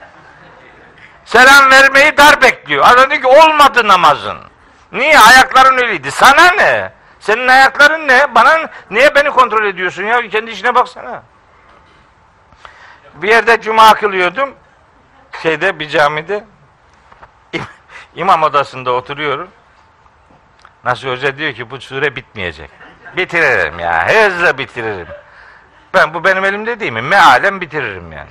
A: Selam vermeyi dar bekliyor. Adam diyor ki olmadı namazın. Niye? Ayakların öyleydi. Sana ne? Senin ayakların ne? Bana niye beni kontrol ediyorsun ya? Kendi işine baksana. Bir yerde cuma kılıyordum. Şeyde, bir camide. İmam odasında oturuyorum. Nasıl Hoca diyor ki bu sure bitmeyecek. Bitiririm ya. Hızla bitiririm. Ben, bu benim elimde değil mi? Mealen bitiririm yani.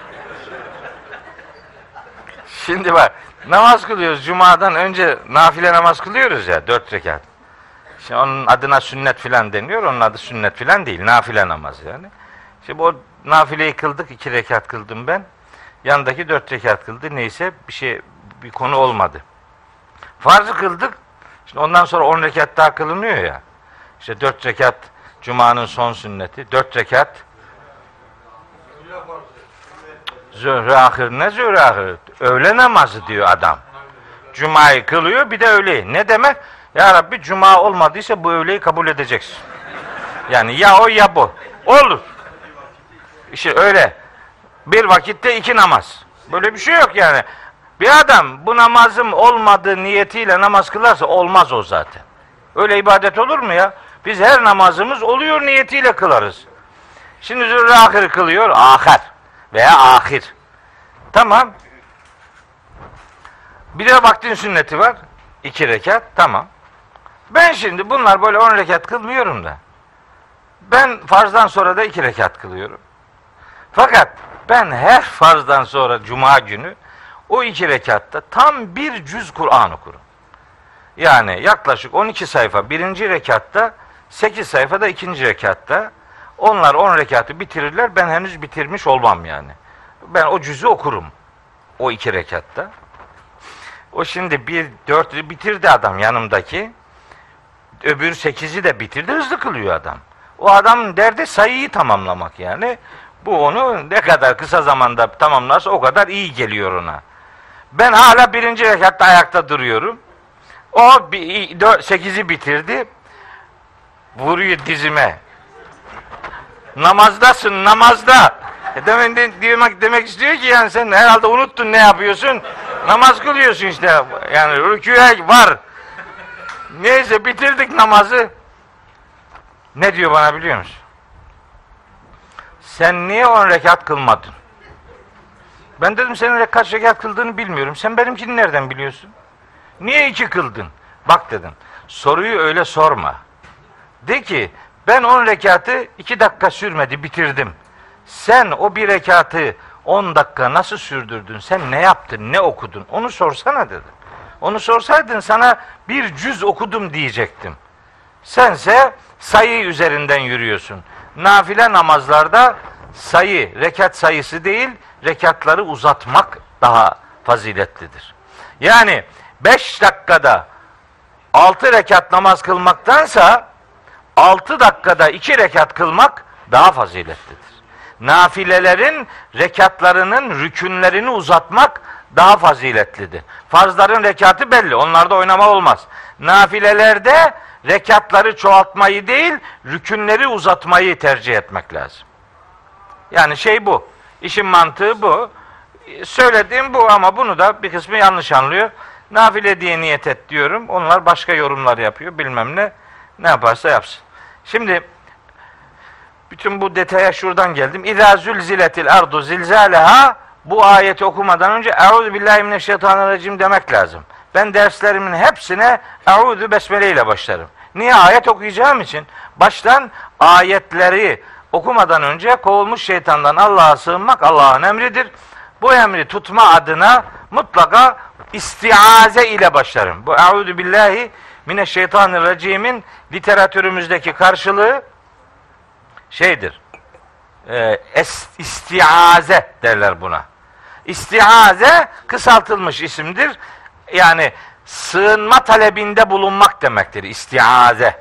A: Şimdi bak, namaz kılıyoruz. Cuma'dan önce nafile namaz kılıyoruz ya. Dört rekat. Şimdi onun adına sünnet filan deniyor. Onun adı sünnet filan değil. Nafile namaz yani. Şimdi o nafileyi kıldık. iki rekat kıldım ben. Yanındaki dört rekat kıldı. Neyse bir şey, bir konu olmadı. Farzı kıldık. Şimdi ondan sonra on rekat daha kılınıyor ya. İşte dört rekat Cuma'nın son sünneti. Dört rekat Zöhre ahir, ne zöhre ahir? Öğle namazı diyor adam. Cuma'yı kılıyor, bir de öğleyi. Ne demek? Ya Rabbi, Cuma olmadıysa bu öğleyi kabul edeceksin. Yani ya o ya bu. Olur. İşte öyle. Bir vakitte iki namaz. Böyle bir şey yok yani. Bir adam bu namazım olmadığı niyetiyle namaz kılarsa olmaz o zaten. Öyle ibadet olur mu ya? Biz her namazımız oluyor niyetiyle kılarız. Şimdi zürre ahir kılıyor, ahir veya ahir. Tamam. Bir de vaktin sünneti var. İki rekat, tamam. Ben şimdi bunlar böyle on rekat kılmıyorum da. Ben farzdan sonra da iki rekat kılıyorum. Fakat ben her farzdan sonra Cuma günü o iki rekatta tam bir cüz Kur'an okurum. Yani yaklaşık on iki sayfa birinci rekatta, sekiz sayfa da ikinci rekatta. Onlar on rekatı bitirirler, ben henüz bitirmiş olmam yani. Ben o cüzü okurum o iki rekatta. O şimdi bir dört bitirdi adam yanımdaki. Öbür sekizi de bitirdi, hızlı kılıyor adam. O adamın derdi sayıyı tamamlamak yani. Bu onu ne kadar kısa zamanda tamamlarsa o kadar iyi geliyor ona. Ben hala birinci rekatta ayakta duruyorum. O sekizi bitirdi. Vuruyor dizime. Namazdasın, namazda. E demek, demek, demek istiyor ki yani sen herhalde unuttun ne yapıyorsun. Namaz kılıyorsun işte. Yani rükûya var. Neyse bitirdik namazı. Ne diyor bana biliyor musun? Sen niye on rekat kılmadın? Ben dedim senin kaç rekat kıldığını bilmiyorum. Sen benimkini nereden biliyorsun? Niye iki kıldın? Bak dedim. Soruyu öyle sorma. De ki ben on rekatı iki dakika sürmedi bitirdim. Sen o bir rekatı on dakika nasıl sürdürdün? Sen ne yaptın? Ne okudun? Onu sorsana dedim. Onu sorsaydın sana bir cüz okudum diyecektim. Sense sayı üzerinden yürüyorsun. Nafile namazlarda sayı, rekat sayısı değil, rekatları uzatmak daha faziletlidir. Yani beş dakikada altı rekat namaz kılmaktansa altı dakikada iki rekat kılmak daha faziletlidir. Nafilelerin rekatlarının rükünlerini uzatmak daha faziletlidir. Farzların rekatı belli. Onlarda oynama olmaz. Nafilelerde rekatları çoğaltmayı değil, rükünleri uzatmayı tercih etmek lazım. Yani şey bu. İşin mantığı bu. Söylediğim bu ama bunu da bir kısmı yanlış anlıyor. Nafile diye niyet et diyorum. Onlar başka yorumlar yapıyor. Bilmem ne. Ne yaparsa yapsın. Şimdi bütün bu detaya şuradan geldim. İzâ zülziletil ardu zilzâleha, bu ayeti okumadan önce Euzu billahi mineşşeytanirracim demek lazım. Ben derslerimin hepsine Euzu besmele ile başlarım. Niye? Ayet okuyacağım için. Baştan ayetleri okumadan önce kovulmuş şeytandan Allah'a sığınmak Allah'ın emridir. Bu emri tutma adına mutlaka istiaze ile başlarım. Bu Euzu billahi mineşşeytanirracim'in literatürümüzdeki karşılığı şeydir. E, es, istiaze derler buna. İstiaze kısaltılmış isimdir. Yani sığınma talebinde bulunmak demektir. İstiaze.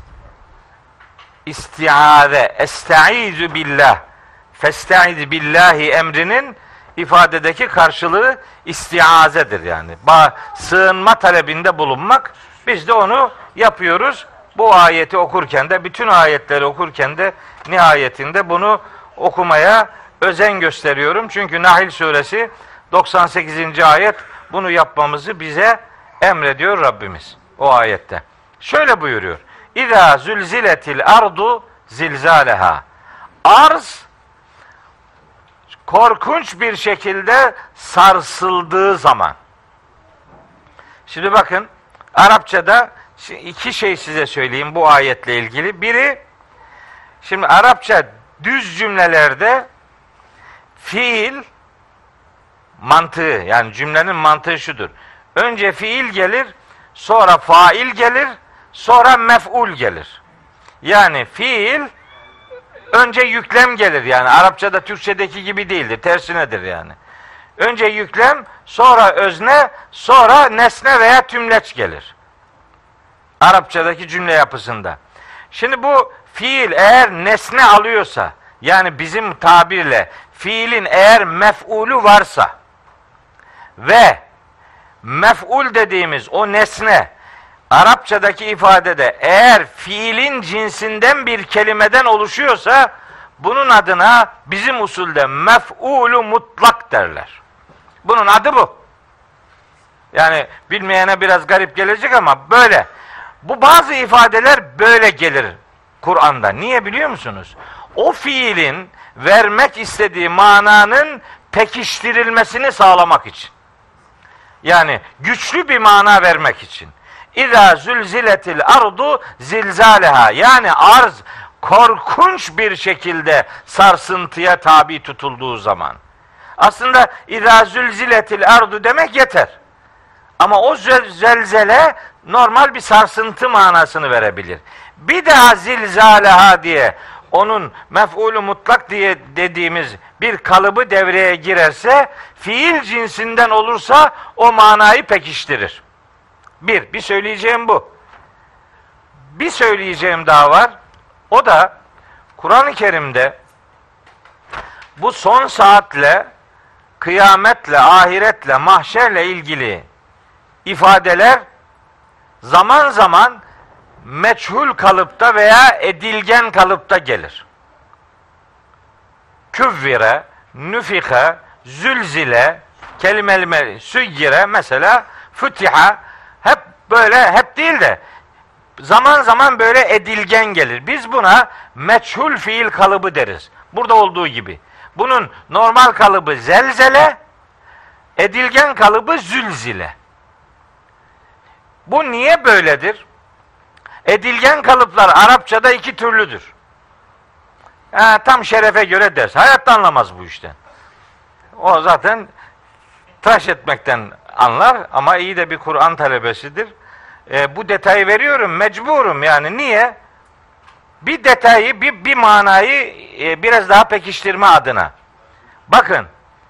A: İstiaze. Estaizu billah. Festaiz billahi emrinin ifadedeki karşılığı istiazedir yani. Ba sığınma talebinde bulunmak. Biz de onu yapıyoruz. Bu ayeti okurken de, bütün ayetleri okurken de nihayetinde bunu okumaya özen gösteriyorum. Çünkü Nahl suresi doksan sekizinci ayet bunu yapmamızı bize emrediyor Rabbimiz o ayette. Şöyle buyuruyor. İzâ zülziletil ardu zilzâleha. Arz korkunç bir şekilde sarsıldığı zaman. Şimdi bakın, Arapçada iki şey size söyleyeyim bu ayetle ilgili. Biri, şimdi Arapça düz cümlelerde fiil mantığı, yani cümlenin mantığı şudur. Önce fiil gelir, sonra fail gelir, sonra mef'ul gelir. Yani fiil önce yüklem gelir, yani Arapçada Türkçedeki gibi değildir, tersinedir yani. Önce yüklem, sonra özne, sonra nesne veya tümleç gelir. Arapçadaki cümle yapısında. Şimdi bu fiil eğer nesne alıyorsa, yani bizim tabirle fiilin eğer mef'ulü varsa ve mef'ul dediğimiz o nesne Arapçadaki ifadede eğer fiilin cinsinden bir kelimeden oluşuyorsa bunun adına bizim usulde mef'ulü mutlak derler. Bunun adı bu. Yani bilmeyene biraz garip gelecek ama böyle. Bu bazı ifadeler böyle gelir Kur'an'da. Niye biliyor musunuz? O fiilin vermek istediği mananın pekiştirilmesini sağlamak için. Yani güçlü bir mana vermek için. İzâ zülziletil ardu zilzâleha. Yani arz korkunç bir şekilde sarsıntıya tabi tutulduğu zaman. Aslında İzâ zülziletil ardu demek yeter. Ama o zelzele normal bir sarsıntı manasını verebilir. Bir daha zilzâleha diye onun mef'ulü mutlak diye dediğimiz bir kalıbı devreye girerse, fiil cinsinden olursa o manayı pekiştirir. Bir, bir söyleyeceğim bu. Bir söyleyeceğim daha var. O da Kur'an-ı Kerim'de bu son saatle, kıyametle, ahiretle, mahşerle ilgili ifadeler zaman zaman meçhul kalıpta veya edilgen kalıpta gelir. Küvvire, nüfike, zülzile, kelimeli süyyire, mesela fütiha, hep böyle, hep değil de zaman zaman böyle edilgen gelir. Biz buna meçhul fiil kalıbı deriz. Burada olduğu gibi. Bunun normal kalıbı zelzele, edilgen kalıbı zülzile. Bu niye böyledir? Edilgen kalıplar Arapçada iki türlüdür. Ha, tam şerefe göre ders. Hayatta anlamaz bu işten. O zaten tıraş etmekten anlar ama iyi de bir Kur'an talebesidir. E, bu detayı veriyorum, mecburum yani. Niye? Bir detayı, bir, bir manayı e, biraz daha pekiştirme adına. Bakın,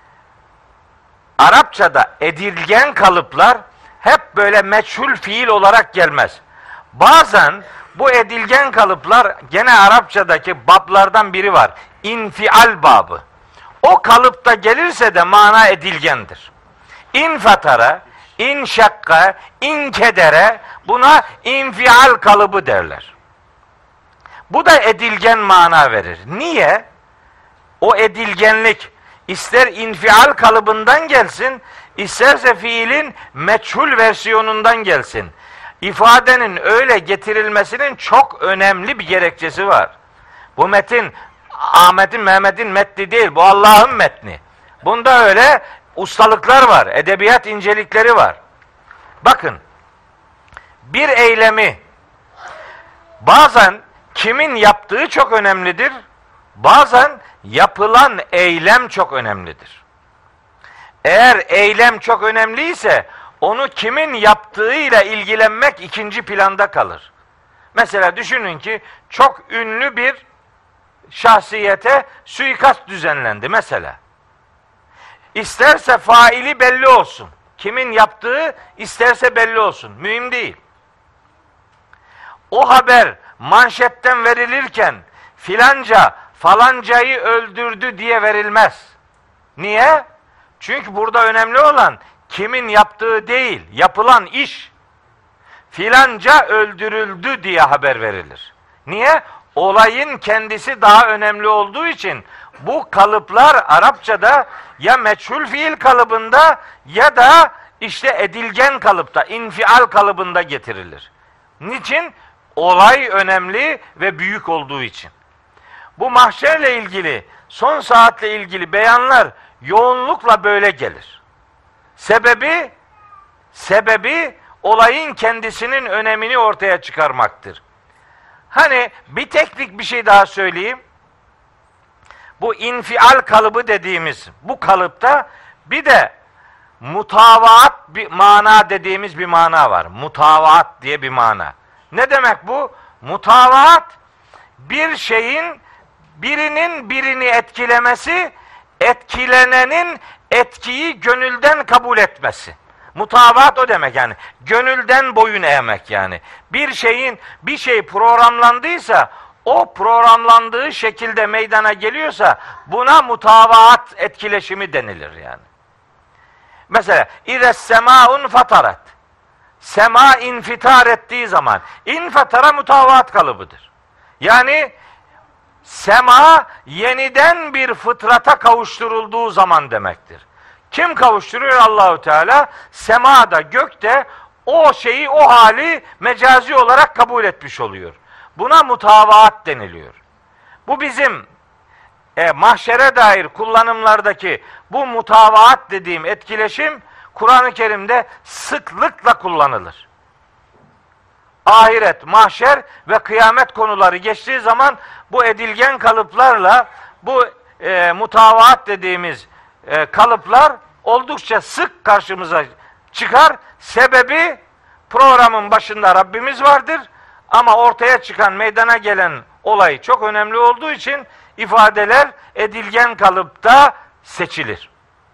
A: Arapçada edilgen kalıplar hep böyle meçhul fiil olarak gelmez. Bazen bu edilgen kalıplar gene Arapçadaki bablardan biri var. İnfial babı. O kalıpta gelirse de mana edilgendir. İnfatara, inşakka, inkedere, buna infial kalıbı derler. Bu da edilgen mana verir. Niye? O edilgenlik ister infial kalıbından gelsin, isterse fiilin meçhul versiyonundan gelsin. İfadenin öyle getirilmesinin çok önemli bir gerekçesi var. Bu metin Ahmet'in, Mehmet'in metni değil, bu Allah'ın metni. Bunda öyle ustalıklar var, edebiyat incelikleri var. Bakın, bir eylemi bazen kimin yaptığı çok önemlidir, bazen yapılan eylem çok önemlidir. Eğer eylem çok önemliyse, onu kimin yaptığıyla ilgilenmek ikinci planda kalır. Mesela düşünün ki çok ünlü bir şahsiyete suikast düzenlendi mesela. İsterse faili belli olsun. Kimin yaptığı isterse belli olsun. Mühim değil. O haber manşetten verilirken filanca falancayı öldürdü diye verilmez. Niye? Çünkü burada önemli olan kimin yaptığı değil, yapılan iş. Filanca öldürüldü diye haber verilir. Niye? Olayın kendisi daha önemli olduğu için bu kalıplar Arapçada ya meçhul fiil kalıbında ya da işte edilgen kalıpta, infial kalıbında getirilir. Niçin? Olay önemli ve büyük olduğu için. Bu mahşerle ilgili, son saatle ilgili beyanlar yoğunlukla böyle gelir. Sebebi, sebebi olayın kendisinin önemini ortaya çıkarmaktır. Hani bir teknik bir şey daha söyleyeyim. Bu infial kalıbı dediğimiz bu kalıpta bir de mutavaat bir mana dediğimiz bir mana var. Mutavaat diye bir mana. Ne demek bu? Mutavaat bir şeyin birinin birini etkilemesi, etkilenenin etkiyi gönülden kabul etmesi. Mutavaat o demek yani. Gönülden boyun eğmek yani. Bir şeyin bir şey programlandıysa o programlandığı şekilde meydana geliyorsa buna mutavaat etkileşimi denilir yani. Mesela İres semaun fatarat. Sema infitar ettiği zaman infatara mutavaat kalıbıdır. Yani sema yeniden bir fıtrata kavuşturulduğu zaman demektir. Kim kavuşturuyor? Allahu Teala. Semada, gökte o şeyi, o hali mecazi olarak kabul etmiş oluyor. Buna mutavaat deniliyor. Bu bizim e, mahşere dair kullanımlardaki bu mutavaat dediğim etkileşim Kur'an-ı Kerim'de sıklıkla kullanılır. Ahiret, mahşer ve kıyamet konuları geçtiği zaman bu edilgen kalıplarla bu e, mutavaat dediğimiz e, kalıplar oldukça sık karşımıza çıkar. Sebebi programın başında Rabbimiz vardır ama ortaya çıkan, meydana gelen olay çok önemli olduğu için ifadeler edilgen kalıpta seçilir.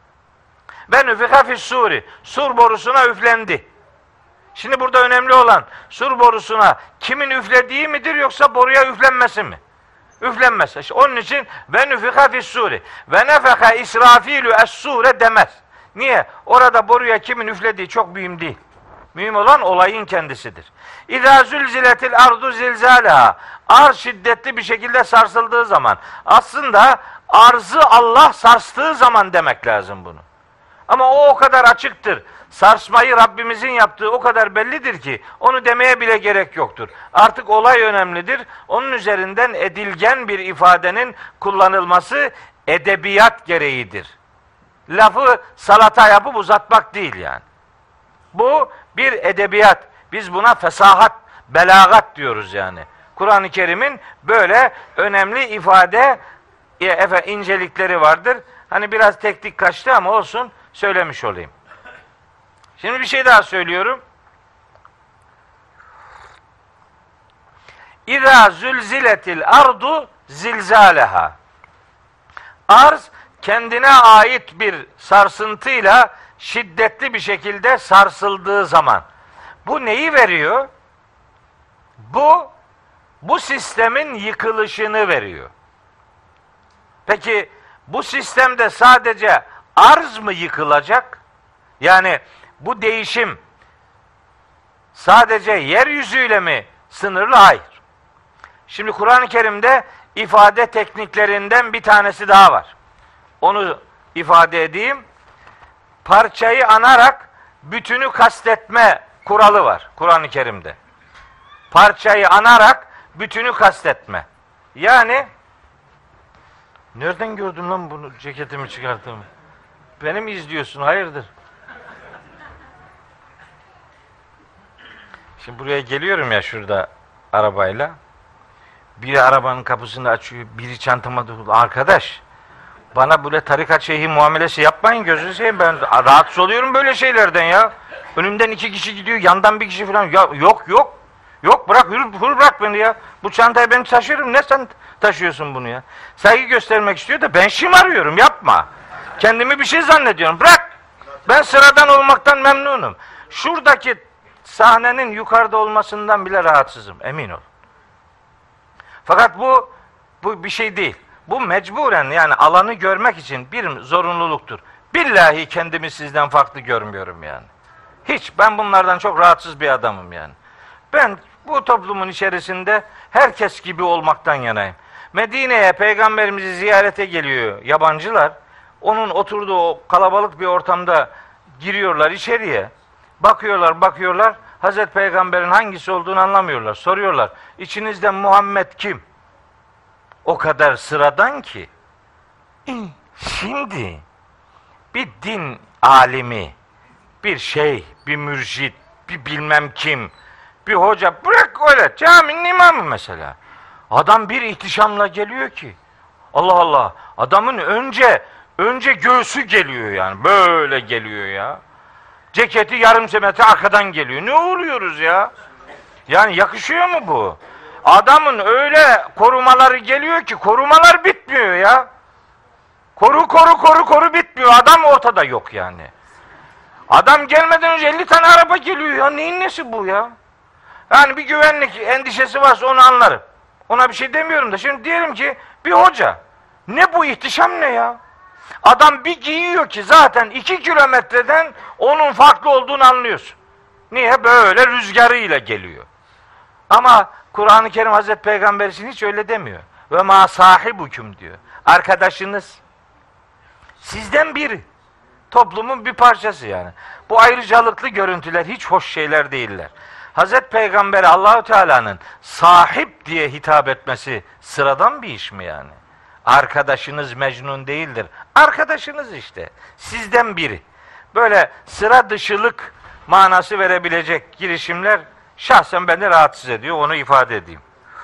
A: Ve nüfika fis-suri, sur borusuna üflendi. Şimdi burada önemli olan sur borusuna kimin üflediği midir yoksa boruya üflenmesi mi? Üflenmez. İşte onun için ve nüfika fis-suri ve nefeka israfilu es-sure demez. Niye? Orada boruya kimin üflediği çok mühim değil. Mühim olan olayın kendisidir. İzâ zülziletil ardu zilzâleha. Arz şiddetli bir şekilde sarsıldığı zaman. Aslında arzı Allah sarstığı zaman demek lazım bunu. Ama o o kadar açıktır. Sarsmayı Rabbimizin yaptığı o kadar bellidir ki onu demeye bile gerek yoktur. Artık olay önemlidir. Onun üzerinden edilgen bir ifadenin kullanılması edebiyat gereğidir. Lafı salata yapıp uzatmak değil yani. Bu bir edebiyat. Biz buna fesahat, belagat diyoruz yani. Kur'an-ı Kerim'in böyle önemli ifade e, efe, incelikleri vardır. Hani biraz teknik kaçtı ama olsun söylemiş olayım. Şimdi bir şey daha söylüyorum. İzâ zülziletil ardu zilzâleha. Arz kendine ait bir sarsıntıyla şiddetli bir şekilde sarsıldığı zaman. Bu neyi veriyor? Bu, bu sistemin yıkılışını veriyor. Peki bu sistemde sadece arz mı yıkılacak? Yani Bu değişim sadece yeryüzüyle mi sınırlı? Hayır. Şimdi Kur'an-ı Kerim'de ifade tekniklerinden bir tanesi daha var. Onu ifade edeyim. Parçayı anarak bütünü kastetme kuralı var Kur'an-ı Kerim'de. Parçayı anarak bütünü kastetme. Yani nereden gördün lan bunu, ceketimi çıkarttığımı? Beni mi izliyorsun? Hayırdır? Şimdi buraya geliyorum ya şurada arabayla. Biri arabanın kapısını açıyor, biri çantama dokunuyor. Arkadaş, bana böyle tarikat şeyhi muamelesi yapmayın, gözünü seveyim. Ben rahatsız oluyorum böyle şeylerden ya. Önümden iki kişi gidiyor, yandan bir kişi falan. Ya, yok yok. Yok bırak, hür, hür bırak beni ya. Bu çantayı ben taşırım. Ne sen taşıyorsun bunu ya? Saygı göstermek istiyor da ben şımarıyorum. Yapma. Kendimi bir şey zannediyorum. Bırak. Ben sıradan olmaktan memnunum. Şuradaki sahnenin yukarıda olmasından bile rahatsızım. Emin ol. Fakat bu bu bir şey değil. Bu mecburen, yani alanı görmek için bir zorunluluktur. Billahi kendimi sizden farklı görmüyorum yani. Hiç. Ben bunlardan çok rahatsız bir adamım yani. Ben bu toplumun içerisinde herkes gibi olmaktan yanayım. Medine'ye Peygamberimizi ziyarete geliyor yabancılar. Onun oturduğu o kalabalık bir ortamda giriyorlar içeriye. Bakıyorlar, bakıyorlar. Hazreti Peygamber'in hangisi olduğunu anlamıyorlar. Soruyorlar. İçinizde Muhammed kim? O kadar sıradan ki. Şimdi bir din alimi, bir şeyh, bir mürşit, bir bilmem kim, bir hoca, bırak öyle, caminin imamı mesela. Adam bir ihtişamla geliyor ki. Allah Allah. Adamın önce önce göğsü geliyor yani. Böyle geliyor ya. Ceketi yarım metre arkadan geliyor. Ne oluyoruz ya? Yani yakışıyor mu bu? Adamın öyle korumaları geliyor ki korumalar bitmiyor ya. Koru koru koru koru bitmiyor. Adam ortada yok yani. Adam gelmeden önce elli tane araba geliyor ya. Neyin nesi bu ya? Yani bir güvenlik endişesi varsa onu anlarım. Ona bir şey demiyorum da. Şimdi diyelim ki bir hoca. Ne bu ihtişam ne ya? Adam bir giyiyor ki zaten iki kilometreden onun farklı olduğunu anlıyorsun. Niye? Böyle rüzgarıyla geliyor. Ama Kur'an-ı Kerim Hazreti Peygamber için hiç öyle demiyor. Ve ma sahibukum diyor. Arkadaşınız sizden biri. Toplumun bir parçası yani. Bu ayrıcalıklı görüntüler hiç hoş şeyler değiller. Hazreti Peygamber'e Allahu Teala'nın sahip diye hitap etmesi sıradan bir iş mi yani? Arkadaşınız Mecnun değildir. Arkadaşınız işte. Sizden biri. Böyle sıra dışılık manası verebilecek girişimler şahsen beni rahatsız ediyor. Onu ifade edeyim.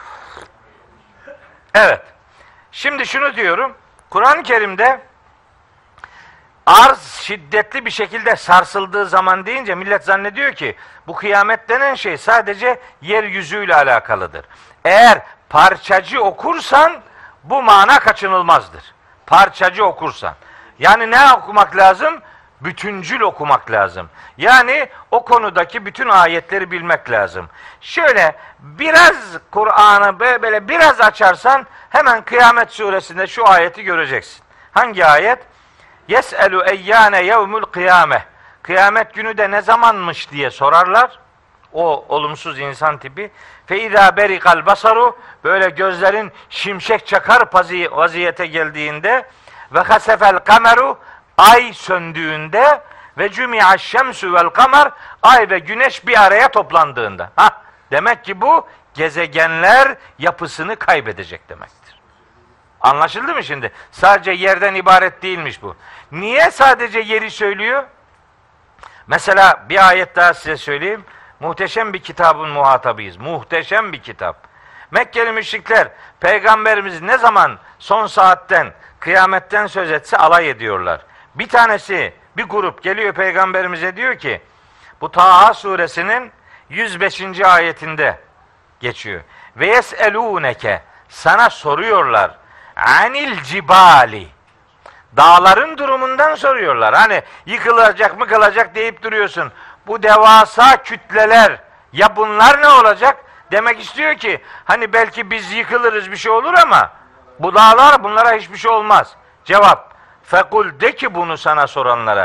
A: Evet. Şimdi şunu diyorum. Kur'an-ı Kerim'de arz şiddetli bir şekilde sarsıldığı zaman deyince millet zannediyor ki bu kıyamet denen şey sadece yeryüzüyle alakalıdır. Eğer parçacı okursan bu mana kaçınılmazdır. Parçacı okursan. Yani ne okumak lazım? Bütüncül okumak lazım. Yani o konudaki bütün ayetleri bilmek lazım. Şöyle biraz Kur'an'ı böyle biraz açarsan hemen Kıyamet Suresinde şu ayeti göreceksin. Hangi ayet? Yes'elu eyyâne yevmül kıyame. Kıyamet günü de ne zamanmış diye sorarlar. O olumsuz insan tipi. Fe izâ berikal basaru, böyle gözlerin şimşek çakar vaziyete geldiğinde, ve hasefel kameru, ay söndüğünde, ve cümi'aş şemsü vel kamer, ay ve güneş bir araya toplandığında. Ha, demek ki bu gezegenler yapısını kaybedecek demektir. Anlaşıldı mı şimdi? Sadece yerden ibaret değilmiş bu. Niye sadece yeri söylüyor? Mesela bir ayet daha size söyleyeyim. Muhteşem bir kitabın muhatabıyız. Muhteşem bir kitap. Mekkeli müşrikler Peygamberimiz ne zaman son saatten, kıyametten söz etse alay ediyorlar. Bir tanesi, bir grup geliyor Peygamberimize diyor ki, bu Taha suresinin yüz beşinci ayetinde geçiyor. Ve yeselûneke, sana soruyorlar. Anil cibali, dağların durumundan soruyorlar. Hani yıkılacak mı kalacak deyip duruyorsun. Bu devasa kütleler, ya bunlar ne olacak? Demek istiyor ki hani belki biz yıkılırız, bir şey olur ama bu dağlar, bunlara hiçbir şey olmaz. Cevap: fekul, de ki bunu sana soranlara,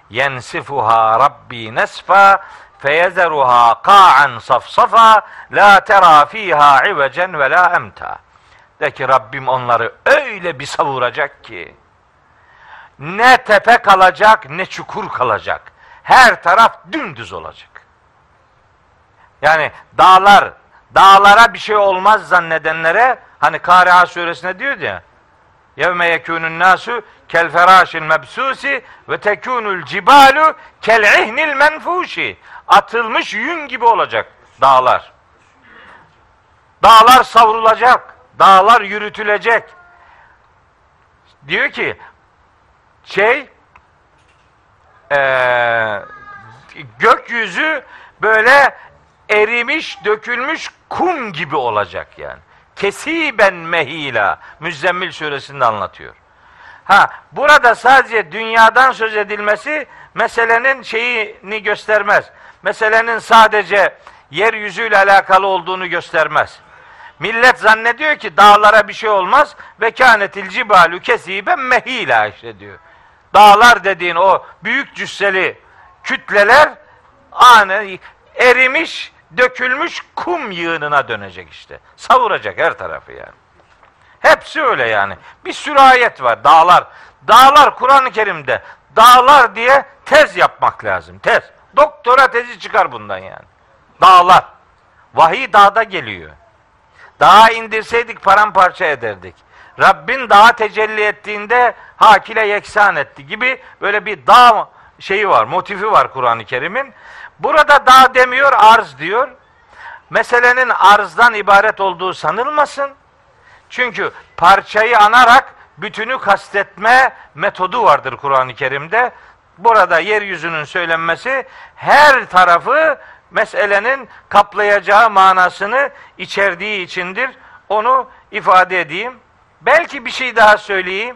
A: yensifuha rabbi nesfa feyezeruha qa'an safsafa la tera fiha ivecen ve la emta. De ki Rabbim onları öyle bir savuracak ki ne tepe kalacak ne çukur kalacak. Her taraf dümdüz olacak. Yani dağlar, dağlara bir şey olmaz zannedenlere, hani Kari'a suresinde diyor ya, yevme yekûnun nâsû kel ferâşil mebsûsi ve tekûnul cibâlu kel ihnil menfûşi. Atılmış yün gibi olacak dağlar. Dağlar savrulacak, dağlar yürütülecek. Diyor ki şey ee, gökyüzü böyle erimiş, dökülmüş kum gibi olacak yani. Kesiben mehila. Müzzemmil suresinde anlatıyor. Ha, burada sadece dünyadan söz edilmesi meselenin şeyini göstermez. Meselenin sadece yeryüzüyle alakalı olduğunu göstermez. Millet zannediyor ki dağlara bir şey olmaz ve kânetil cibalu kesiben mehila işte diyor. Dağlar dediğin o büyük cüsseli kütleler anı erimiş, dökülmüş kum yığınına dönecek işte. Savuracak her tarafı yani. Hepsi öyle yani. Bir sürü ayet var. Dağlar. Dağlar Kur'an-ı Kerim'de. Dağlar diye tez yapmak lazım. Tez. Doktora tezi çıkar bundan yani. Dağlar. Vahiy dağda geliyor. Dağa indirseydik paramparça ederdik. Rabbin dağa tecelli ettiğinde hak ile yeksan etti gibi böyle bir dağ şeyi var, motifi var Kur'an-ı Kerim'in. Burada dağ demiyor, arz diyor. Meselenin arzdan ibaret olduğu sanılmasın. Çünkü parçayı anarak bütünü kastetme metodu vardır Kur'an-ı Kerim'de. Burada yeryüzünün söylenmesi her tarafı meselenin kaplayacağı manasını içerdiği içindir. Onu ifade edeyim. Belki bir şey daha söyleyeyim.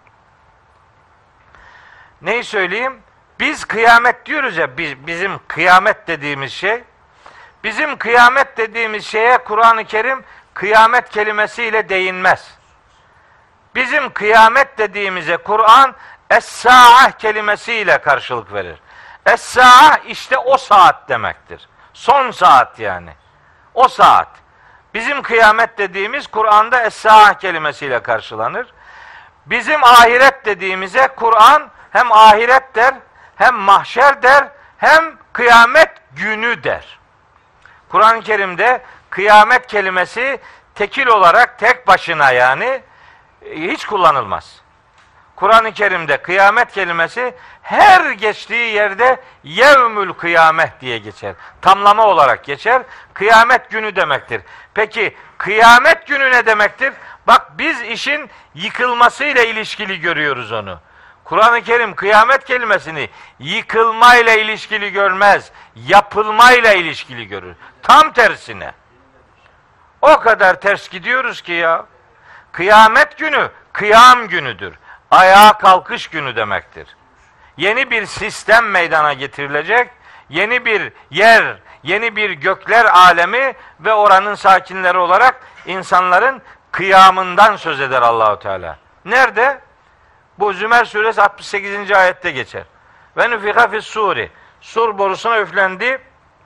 A: Neyi söyleyeyim? Biz kıyamet diyoruz ya, biz, bizim kıyamet dediğimiz şey, bizim kıyamet dediğimiz şeye Kur'an-ı Kerim kıyamet kelimesiyle değinmez. Bizim kıyamet dediğimize Kur'an es-sa'ah kelimesiyle karşılık verir. Es-sa'ah işte o saat demektir. Son saat yani. O saat. Bizim kıyamet dediğimiz Kur'an'da es-sa'ah kelimesiyle karşılanır. Bizim ahiret dediğimize Kur'an hem ahiret der, hem mahşer der, hem kıyamet günü der. Kur'an-ı Kerim'de kıyamet kelimesi tekil olarak tek başına yani hiç kullanılmaz. Kur'an-ı Kerim'de kıyamet kelimesi her geçtiği yerde yevmül kıyamet diye geçer. Tamlama olarak geçer. Kıyamet günü demektir. Peki kıyamet günü ne demektir? Bak biz işin yıkılmasıyla ilişkili görüyoruz onu. Kur'an-ı Kerim kıyamet kelimesini yıkılmayla ilişkili görmez, yapılmayla ilişkili görür. Tam tersine. O kadar ters gidiyoruz ki ya. Kıyamet günü, kıyam günüdür. Ayağa kalkış günü demektir. Yeni bir sistem meydana getirilecek, yeni bir yer, yeni bir gökler alemi ve oranın sakinleri olarak insanların kıyamından söz eder Allahu Teala. Nerede? Bu Zümer suresi altmış sekizinci ayette geçer. Ve nufika fis suri. Sur borusuna üflendi.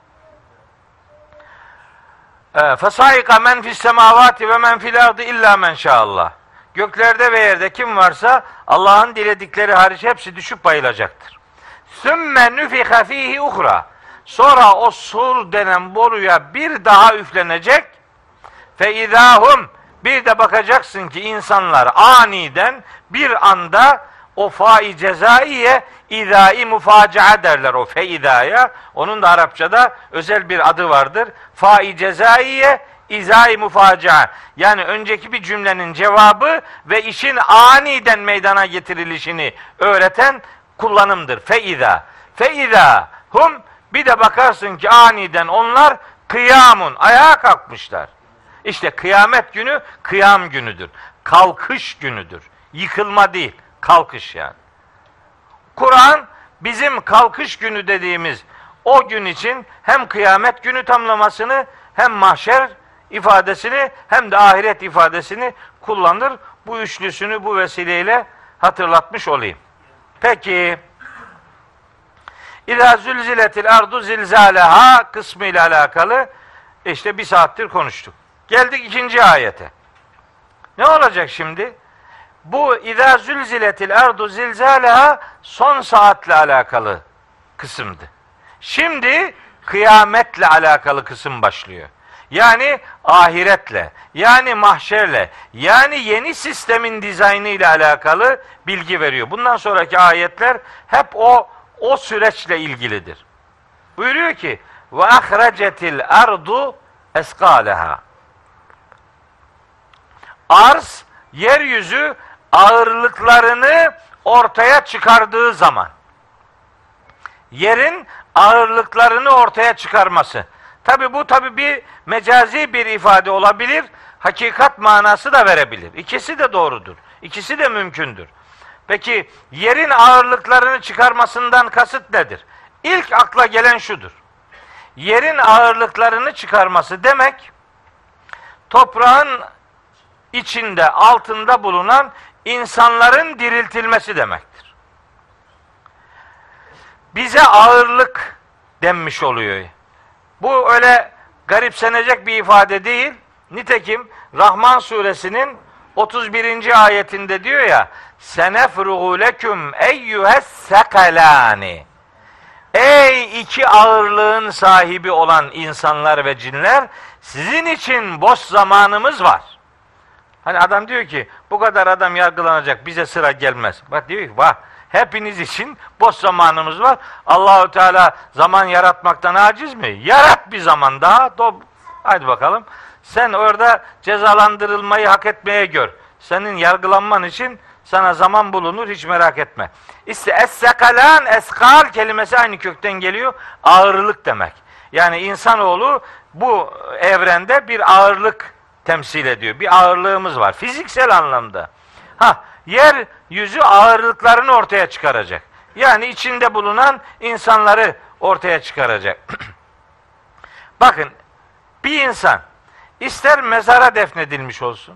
A: Fesaika men fis semavati ve men fil ardı illa men şaallah. Göklerde ve yerde kim varsa Allah'ın diledikleri hariç hepsi düşüp bayılacaktır. Sümme nufika fihi uhra. Sonra o sur denen boruya bir daha üflenecek. Fe idahum, bir de bakacaksın ki insanlar aniden bir anda o fai cezaiye idai mufacia derler o feidaya. Onun da Arapçada özel bir adı vardır. Fai cezaiye izai mufacia. Yani önceki bir cümlenin cevabı ve işin aniden meydana getirilişini öğreten kullanımdır. Feida. Feida hum, bir de bakarsın ki aniden onlar kıyamun, ayağa kalkmışlar. İşte kıyamet günü kıyam günüdür. Kalkış günüdür. Yıkılma değil, kalkış yani. Kur'an bizim kalkış günü dediğimiz o gün için hem kıyamet günü tamlamasını, hem mahşer ifadesini, hem de ahiret ifadesini kullanır. Bu üçlüsünü bu vesileyle hatırlatmış olayım. Peki, İzâ zülziletil ardu zilzâleha kısmı ile alakalı işte bir saattir konuştuk. Geldik ikinci ayete. Ne olacak şimdi? Bu izâ zülziletil ardu zilzâleha son saatle alakalı kısımdı. Şimdi kıyametle alakalı kısım başlıyor. Yani ahiretle, yani mahşerle, yani yeni sistemin dizaynı ile alakalı bilgi veriyor. Bundan sonraki ayetler hep o o süreçle ilgilidir. Buyuruyor ki ve ahrecetil ardu eskaleha. Arz, yeryüzü ağırlıklarını ortaya çıkardığı zaman, yerin ağırlıklarını ortaya çıkarması. Tabi bu tabi bir mecazi bir ifade olabilir, hakikat manası da verebilir. İkisi de doğrudur. İkisi de mümkündür. Peki yerin ağırlıklarını çıkarmasından kasıt nedir? İlk akla gelen şudur. Yerin ağırlıklarını çıkarması demek, toprağın içinde, altında bulunan insanların diriltilmesi demektir. Bize ağırlık denmiş oluyor. Bu öyle garipsenecek bir ifade değil. Nitekim Rahman suresinin otuz birinci ayetinde diyor ya, senefruhu leküm eyyühes sekalani. Ey iki ağırlığın sahibi olan insanlar ve cinler, sizin için boş zamanımız var. Hani adam diyor ki, bu kadar adam yargılanacak, bize sıra gelmez. Bak diyor ki, vah, hepiniz için boş zamanımız var. Allahu Teala zaman yaratmaktan aciz mi? Yarat bir zaman daha. Do- Hadi bakalım. Sen orada cezalandırılmayı hak etmeye gör. Senin yargılanman için sana zaman bulunur, hiç merak etme. İşte es-sekalan, eskal kelimesi aynı kökten geliyor. Ağırlık demek. Yani insanoğlu bu evrende bir ağırlık temsil ediyor. Bir ağırlığımız var. Fiziksel anlamda. Ha, yer yüzü ağırlıklarını ortaya çıkaracak. Yani içinde bulunan insanları ortaya çıkaracak. Bakın, bir insan ister mezara defnedilmiş olsun,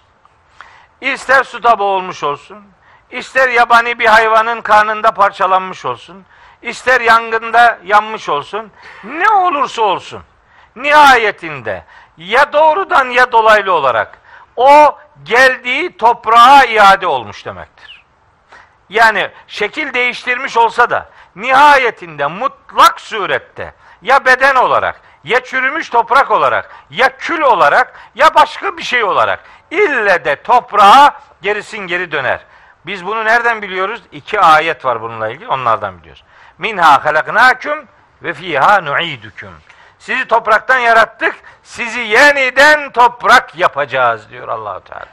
A: ister suda boğulmuş olsun, ister yabani bir hayvanın karnında parçalanmış olsun, ister yangında yanmış olsun, ne olursa olsun, nihayetinde ya doğrudan ya dolaylı olarak o geldiği toprağa iade olmuş demektir. Yani şekil değiştirmiş olsa da nihayetinde mutlak surette ya beden olarak, ya çürümüş toprak olarak, ya kül olarak, ya başka bir şey olarak ille de toprağa gerisin geri döner. Biz bunu nereden biliyoruz? İki ayet var bununla ilgili, onlardan biliyoruz. Minha halaknâküm ve fîhâ nu'idüküm. Sizi topraktan yarattık, sizi yeniden toprak yapacağız diyor Allah-u Teala.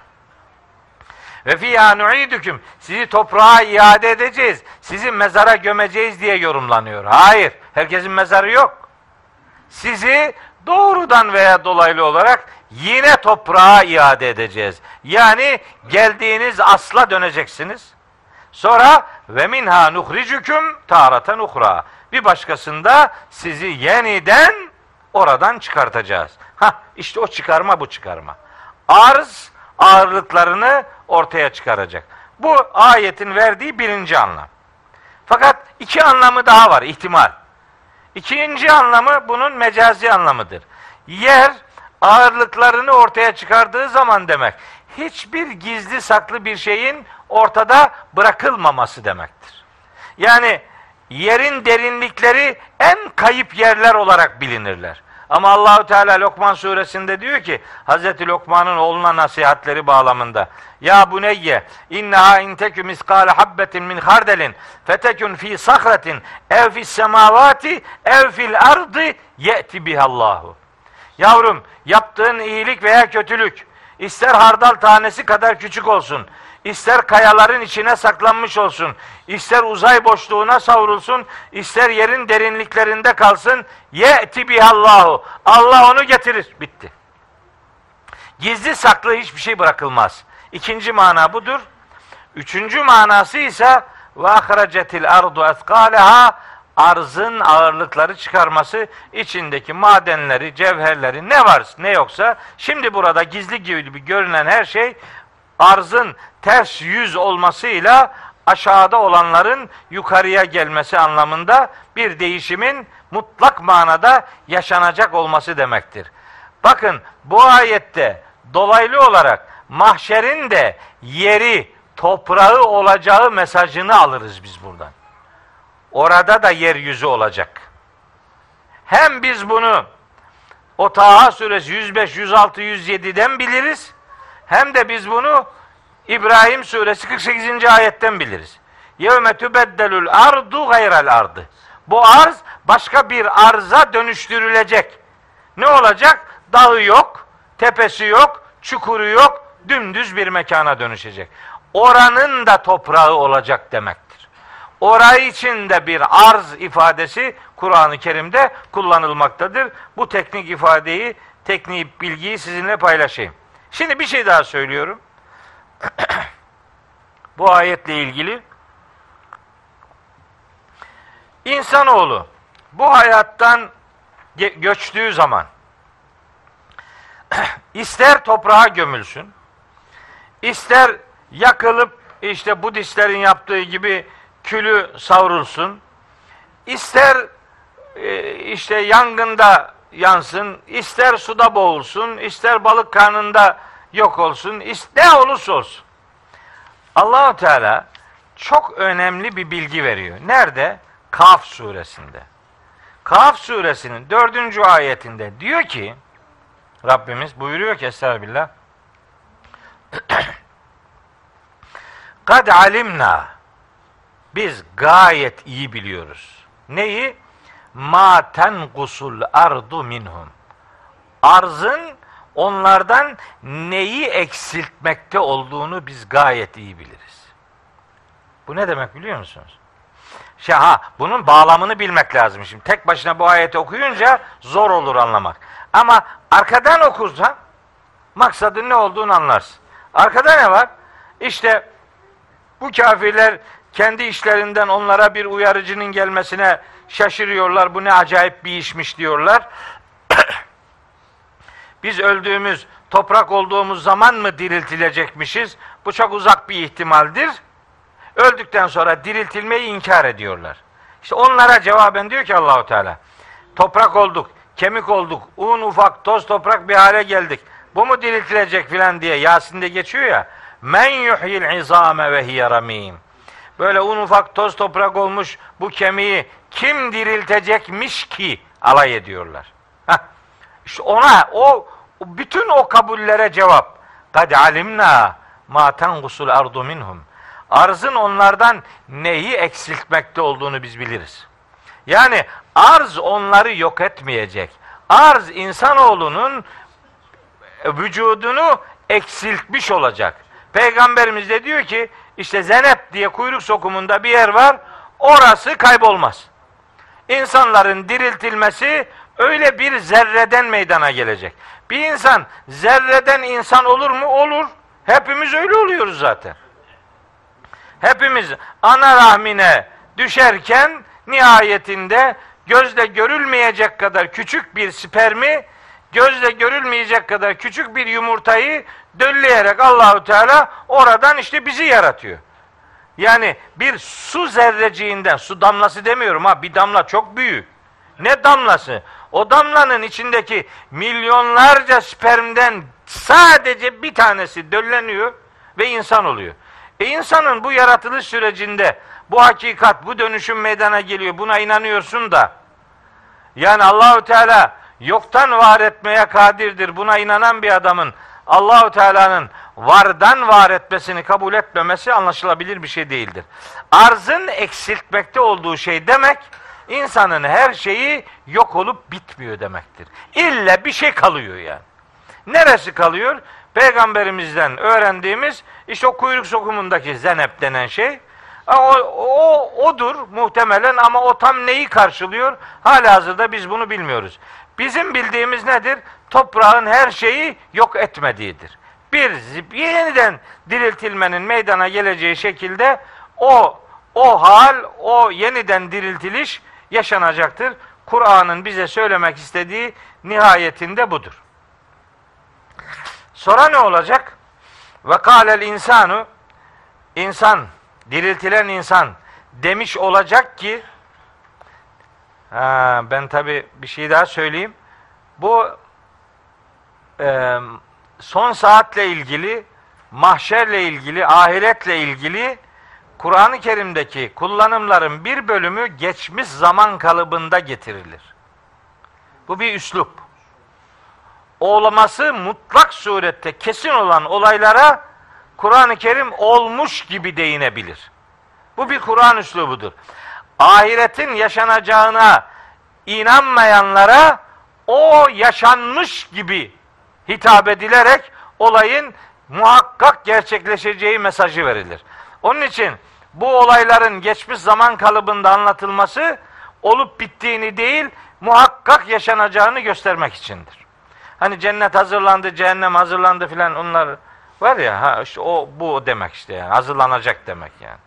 A: Ve fîhâ nu'idüküm. Sizi toprağa iade edeceğiz, sizi mezara gömeceğiz diye yorumlanıyor. Hayır, herkesin mezarı yok. Sizi doğrudan veya dolaylı olarak yine toprağa iade edeceğiz. Yani geldiğiniz asla döneceksiniz. Sonra ve minha nuhricüküm târaten uhra. Bir başkasında sizi yeniden oradan çıkartacağız. Ha, işte o çıkarma bu çıkarma. Arz ağırlıklarını ortaya çıkaracak. Bu ayetin verdiği birinci anlam. Fakat iki anlamı daha var, ihtimal. İkinci anlamı bunun mecazi anlamıdır. Yer ağırlıklarını ortaya çıkardığı zaman demek, hiçbir gizli saklı bir şeyin ortada bırakılmaması demektir. Yani yerin derinlikleri en kayıp yerler olarak bilinirler. Ama Allahu Teala Lokman suresinde diyor ki, Hazreti Lokman'ın oğluna nasihatleri bağlamında, ya buneyye inneha intekü miskale habbetin min hardelin fetekün fi sahretin ev fis semavati ev fil ardı ye'ti bihallahu. Yavrum, yaptığın iyilik veya kötülük ister hardal tanesi kadar küçük olsun, ister kayaların içine saklanmış olsun, ister uzay boşluğuna savrulsun, ister yerin derinliklerinde kalsın, ye'ti bihallahu. Allah onu getirir. Bitti. Gizli saklı hiçbir şey bırakılmaz. İkinci mana budur. Üçüncü manası ise ve ahracetil ardu eskaleha, arzın ağırlıkları çıkarması, içindeki madenleri, cevherleri, ne var ne yoksa, şimdi burada gizli gibi görünen her şey arzın ters yüz olmasıyla aşağıda olanların yukarıya gelmesi anlamında bir değişimin mutlak manada yaşanacak olması demektir. Bakın bu ayette dolaylı olarak mahşerin de yeri, toprağı olacağı mesajını alırız biz buradan. Orada da yeryüzü olacak. Hem biz bunu o Taha suresi yüz beş, yüz altı, yüz yedi'den biliriz. Hem de biz bunu İbrahim suresi kırk sekizinci ayetten biliriz. Yevme tübeddelül ardu gayrel ardı. Bu arz başka bir arza dönüştürülecek. Ne olacak? Dağı yok, tepesi yok, çukuru yok, dümdüz bir mekana dönüşecek. Oranın da toprağı olacak demektir. Orayı için de bir arz ifadesi Kur'an-ı Kerim'de kullanılmaktadır. Bu teknik ifadeyi, teknik bilgiyi sizinle paylaşayım. Şimdi bir şey daha söylüyorum. Bu ayetle ilgili. İnsanoğlu bu hayattan göçtüğü zaman ister toprağa gömülsün, ister yakılıp işte Budistlerin yaptığı gibi külü savrulsun, ister e, işte yangında yansın, ister suda boğulsun, ister balık karnında yok olsun, ne olursa olsun. Allah-u Teala çok önemli bir bilgi veriyor. Nerede? Kaf suresinde. Kaf suresinin dördüncü ayetinde diyor ki, Rabbimiz buyuruyor ki estağfirullah, kad alimna, biz gayet iyi biliyoruz. Neyi? Ma tenqusul ardu minhum. Arzın onlardan neyi eksiltmekte olduğunu biz gayet iyi biliriz. Bu ne demek biliyor musunuz? Şey, ha, bunun bağlamını bilmek lazım. Şimdi tek başına bu ayeti okuyunca zor olur anlamak. Ama arkadan okursan maksadın ne olduğunu anlarsın. Arkada ne var? İşte bu kafirler kendi işlerinden onlara bir uyarıcının gelmesine şaşırıyorlar. Bu ne acayip bir işmiş diyorlar. Biz öldüğümüz, toprak olduğumuz zaman mı diriltilecekmişiz? Bu çok uzak bir ihtimaldir. Öldükten sonra diriltilmeyi inkar ediyorlar. İşte onlara cevaben diyor ki Allahu Teala, toprak olduk, kemik olduk, un ufak, toz toprak bir hale geldik. Bu mu diriltilecek filan diye Yasin'de geçiyor ya. Men yuhyil izame ve hiye ramim. Böyle un ufak, toz toprak olmuş bu kemiği kim diriltecekmiş ki alay ediyorlar. Heh. İşte ona o bütün o kabullere cevap. Kad alimna ma tenqusul ardu minhum. Arzın onlardan neyi eksiltmekte olduğunu biz biliriz. Yani arz onları yok etmeyecek. Arz insanoğlunun vücudunu eksiltmiş olacak. Peygamberimiz de diyor ki işte Zenep diye kuyruk sokumunda bir yer var. Orası kaybolmaz. İnsanların diriltilmesi öyle bir zerreden meydana gelecek. Bir insan zerreden insan olur mu? Olur. Hepimiz öyle oluyoruz zaten. Hepimiz ana rahmine düşerken nihayetinde gözle görülmeyecek kadar küçük bir spermi, gözle görülmeyecek kadar küçük bir yumurtayı dölleyerek Allahu Teala oradan işte bizi yaratıyor. Yani bir su zerreciğinden, su damlası demiyorum ha, bir damla çok büyük. Ne damlası? O damlanın içindeki milyonlarca spermden sadece bir tanesi dölleniyor ve insan oluyor. E insanın bu yaratılış sürecinde bu hakikat, bu dönüşüm meydana geliyor. Buna inanıyorsun da yani Allahu Teala yoktan var etmeye kadirdir. Buna inanan bir adamın Allahu Teala'nın vardan var etmesini kabul etmemesi anlaşılabilir bir şey değildir. Arzın eksiltmekte olduğu şey demek, insanın her şeyi yok olup bitmiyor demektir. İlle bir şey kalıyor yani. Neresi kalıyor? Peygamberimizden öğrendiğimiz işte o kuyruk sokumundaki zenep denen şey. O, o odur muhtemelen ama o tam neyi karşılıyor? Halihazırda biz bunu bilmiyoruz. Bizim bildiğimiz nedir? Toprağın her şeyi yok etmediğidir. Bir yeniden diriltilmenin meydana geleceği şekilde o o hal, o yeniden diriltiliş yaşanacaktır. Kur'an'ın bize söylemek istediği nihayetinde budur. Sonra ne olacak? Ve kâlel insanu, insan diriltilen insan demiş olacak ki, ha, ben tabi bir şey daha söyleyeyim. Bu e, son saatle ilgili, mahşerle ilgili, ahiretle ilgili Kur'an-ı Kerim'deki kullanımların bir bölümü geçmiş zaman kalıbında getirilir. Bu bir üslup. Olması mutlak surette kesin olan olaylara Kur'an-ı Kerim olmuş gibi değinebilir. Bu bir Kur'an üslubudur. Ahiretin yaşanacağına inanmayanlara o yaşanmış gibi hitap edilerek olayın muhakkak gerçekleşeceği mesajı verilir. Onun için bu olayların geçmiş zaman kalıbında anlatılması olup bittiğini değil, muhakkak yaşanacağını göstermek içindir. Hani cennet hazırlandı, cehennem hazırlandı filan, onlar var ya, ha işte o bu demek işte, yani hazırlanacak demek yani.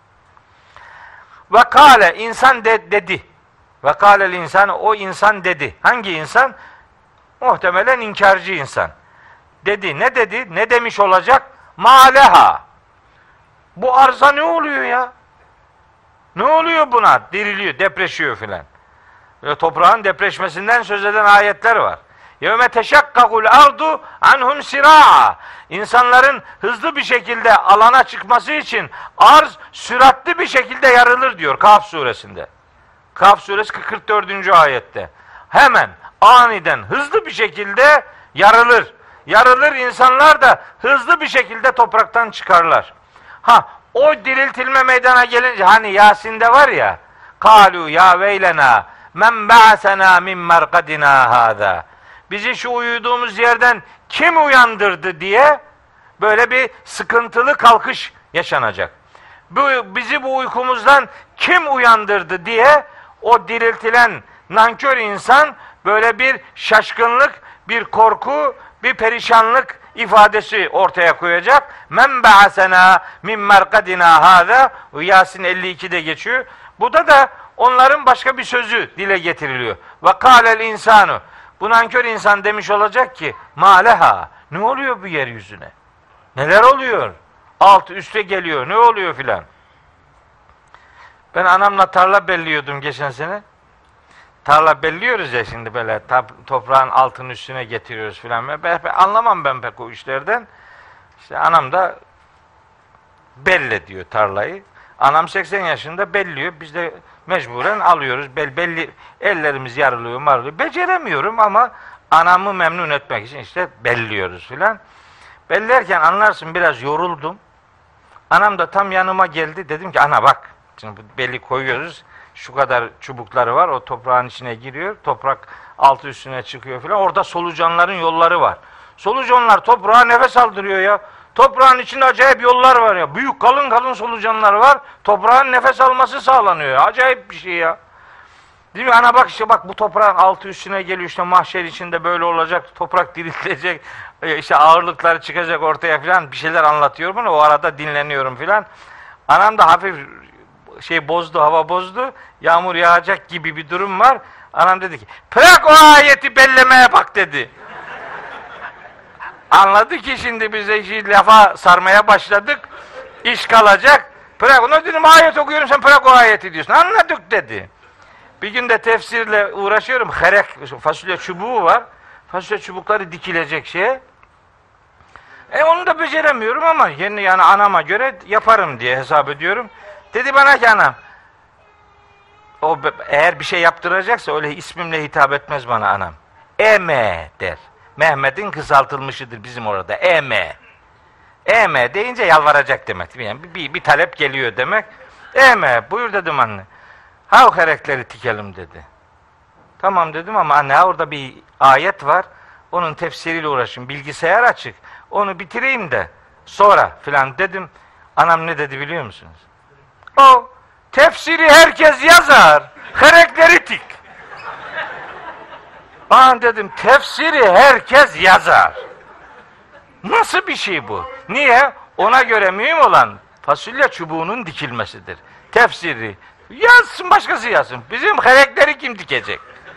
A: Ve kâle, insan de, dedi. Ve kâlel insan, o insan dedi. Hangi insan? Muhtemelen inkarcı insan. Dedi. Ne dedi? Ne demiş olacak? Mâleha. Bu arza ne oluyor ya? Ne oluyor buna? Diriliyor, depreşiyor filan. Toprağın depreşmesinden söz eden ayetler var. Yevme teşakkakul ardu anhum siraa. İnsanların hızlı bir şekilde alana çıkması için arz süratli bir şekilde yarılır diyor Kaf suresinde. Kaf suresi kırk dördüncü ayette. Hemen aniden hızlı bir şekilde yarılır. Yarılır, insanlar da hızlı bir şekilde topraktan çıkarlar. Ha, o diriltilme meydana gelince, hani Yasin'de var ya, kalu ya veylena men ba'sena min merkadina hâzâ. Bizi şu uyuduğumuz yerden kim uyandırdı diye böyle bir sıkıntılı kalkış yaşanacak. Bu, bizi bu uykumuzdan kim uyandırdı diye o diriltilen nankör insan böyle bir şaşkınlık, bir korku, bir perişanlık ifadesi ortaya koyacak. Men ba'sena min merkadina hâzâ. Yasin elli ikide geçiyor. Burada da onların başka bir sözü dile getiriliyor. Ve kâlel insanu. Bu nankör insan demiş olacak ki, mâleha, ne oluyor bu yeryüzüne? Neler oluyor? Alt üste geliyor, ne oluyor filan. Ben anamla tarla belliyordum geçen sene. Tarla belliyoruz ya şimdi böyle, toprağın altının üstüne getiriyoruz filan. Ben, ben anlamam ben pek o işlerden. İşte anam da belle diyor tarlayı. Anam seksen yaşında belliyor. Biz de mecburen alıyoruz. Bel, belli, ellerimiz yarılıyor, marılıyor. Beceremiyorum ama anamı memnun etmek için işte belliyoruz filan. Bellerken anlarsın biraz yoruldum. Anam da tam yanıma geldi. Dedim ki ana bak. Şimdi belli koyuyoruz. Şu kadar çubukları var. O toprağın içine giriyor. Toprak altı üstüne çıkıyor filan. Orada solucanların yolları var. Solucanlar toprağa nefes aldırıyor ya. Toprağın içinde acayip yollar var ya. Büyük kalın kalın solucanlar var. Toprağın nefes alması sağlanıyor. Acayip bir şey ya. Değil mi? Ana bak işte bak, bu toprağın altı üstüne geliyor, işte mahşer içinde böyle olacak. Toprak diriltilecek. İşte ağırlıkları çıkacak ortaya filan, bir şeyler anlatıyor bana. O arada dinleniyorum filan. Anam da hafif şey bozdu, hava bozdu. Yağmur yağacak gibi bir durum var. Anam dedi ki, bırak o ayeti bellemeye bak dedi. Anladı ki şimdi bize işi lafa sarmaya başladık. İş kalacak. Bırak onu dedim, ayet okuyorum, sen bırak o ayeti diyorsun. Anladık dedi. Bir gün de tefsirle uğraşıyorum. Herek, fasulye çubuğu var. Fasulye çubukları dikilecek şeye. E onu da beceremiyorum ama yani, yani anama göre yaparım diye hesap ediyorum. Dedi bana ki anam, o eğer bir şey yaptıracaksa öyle ismimle hitap etmez bana anam. Eme der. Mehmet'in kısaltılmışıdır bizim orada. Eme. Eme deyince yalvaracak demek. Yani bir, bir, bir talep geliyor demek. Eme buyur dedim anne. Ha o karakterleri tikelim dedi. Tamam dedim ama anne orada bir ayet var. Onun tefsiriyle uğraşayım. Bilgisayar açık. Onu bitireyim de sonra filan dedim. Anam ne dedi biliyor musunuz? O tefsiri herkes yazar. Karakteri tik. Ben dedim tefsiri herkes yazar. Nasıl bir şey bu? Niye? Ona göre mühim olan fasulye çubuğunun dikilmesidir. Tefsiri yazsın, başkası yazsın. Bizim karakteri kim dikecek?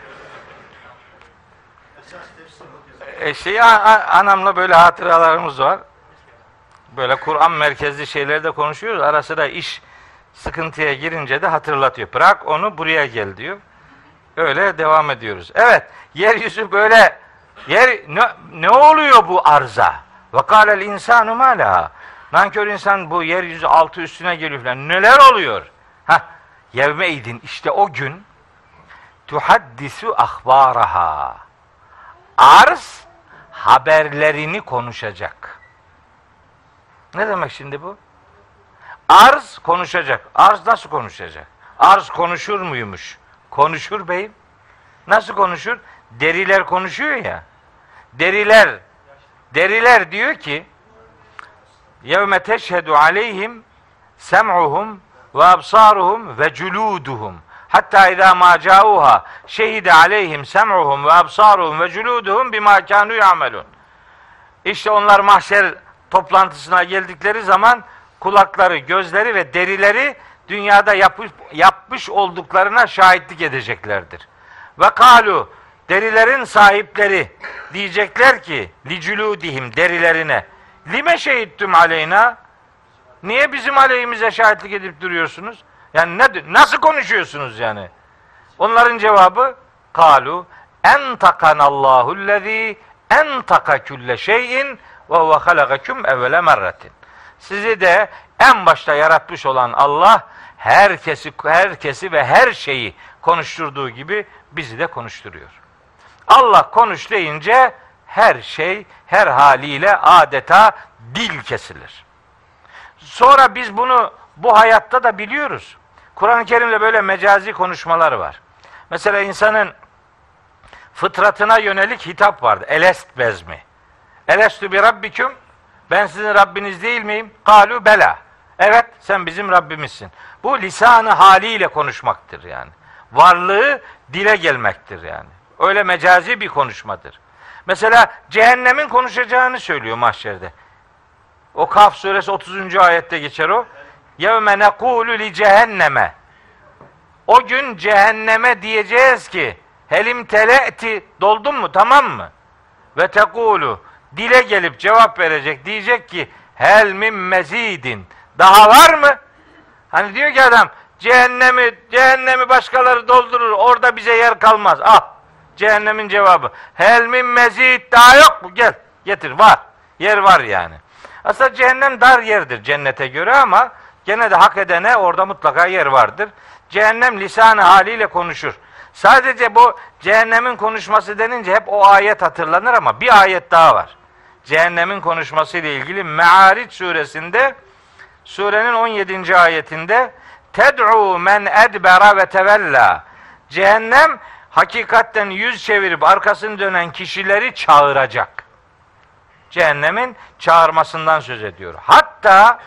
A: E şey, anamla böyle hatıralarımız var. Böyle Kur'an merkezli şeylerde konuşuyoruz. Ara sıra iş Sıkıntıya girince de hatırlatıyor. Bırak onu, buraya gel diyor. Öyle devam ediyoruz. Evet, yeryüzü böyle, yer ne, ne oluyor bu arza? Ve kâlel insânu mâ lehâ. Nankör insan, bu yeryüzü altı üstüne geliyor falan. Neler oluyor? Hah, yevme idin, işte o gün tuhaddisu ahbâraha. Arz haberlerini konuşacak. Ne demek şimdi bu? Arz konuşacak. Arz nasıl konuşacak? Arz konuşur muymuş? Konuşur beyim. Nasıl konuşur? Deriler konuşuyor ya. Deriler deriler diyor ki yevme teşhedü aleyhim sem'uhum ve absaruhum ve culuduhum hatta izâ mâ câuhâ şehide aleyhim sem'uhum ve absaruhum ve culuduhum bimâ kânû ya'melûn. İşte onlar mahşer toplantısına geldikleri zaman kulakları, gözleri ve derileri dünyada yapmış, yapmış olduklarına şahitlik edeceklerdir. Ve kalu, derilerin sahipleri diyecekler ki liculudihim, derilerine, lime şehittum aleyna, niye bizim aleyhimize şahitlik edip duruyorsunuz? Yani ne, nasıl konuşuyorsunuz yani? Onların cevabı kalu entakanallahüllezî entaka külle şeyin ve huve halakaküm evvele merretin. Sizi de en başta yaratmış olan Allah herkesi herkesi ve her şeyi konuşturduğu gibi bizi de konuşturuyor. Allah konuş deyince her şey her haliyle adeta dil kesilir. Sonra biz bunu bu hayatta da biliyoruz. Kur'an-ı Kerim'de böyle mecazi konuşmalar var. Mesela insanın fıtratına yönelik hitap vardı. Elest bezmi. Elestü bi rabbiküm, ben sizin Rabbiniz değil miyim? Kalu bela. Evet, sen bizim Rabbimizsin. Bu lisanı haliyle konuşmaktır yani. Varlığı dile gelmektir yani. Öyle mecazi bir konuşmadır. Mesela cehennemin konuşacağını söylüyor mahşerde. O Kaf suresi otuzuncu ayette geçer o. Yevme nekulu li cehenneme. O gün cehenneme diyeceğiz ki helim tele'ti, doldun mu, tamam mı? Ve tekulu, dile gelip cevap verecek, diyecek ki hel min mezidin, daha var mı? Hani diyor ki adam, cehennemi cehennemi başkaları doldurur, orada bize yer kalmaz. Ah, cehennemin cevabı hel min mezid, daha yok mu? Gel getir, var, yer var yani. Aslında cehennem dar yerdir cennete göre ama gene de hak edene orada mutlaka yer vardır. Cehennem lisanı haliyle konuşur. Sadece bu cehennemin konuşması denince hep o ayet hatırlanır ama bir ayet daha var. Cehennemin konuşması ile ilgili Me'aric suresinde, surenin on yedinci ayetinde ted'u men edbera ve tevella. Cehennem hakikatten yüz çevirip arkasını dönen kişileri çağıracak. Cehennemin çağırmasından söz ediyor. Hatta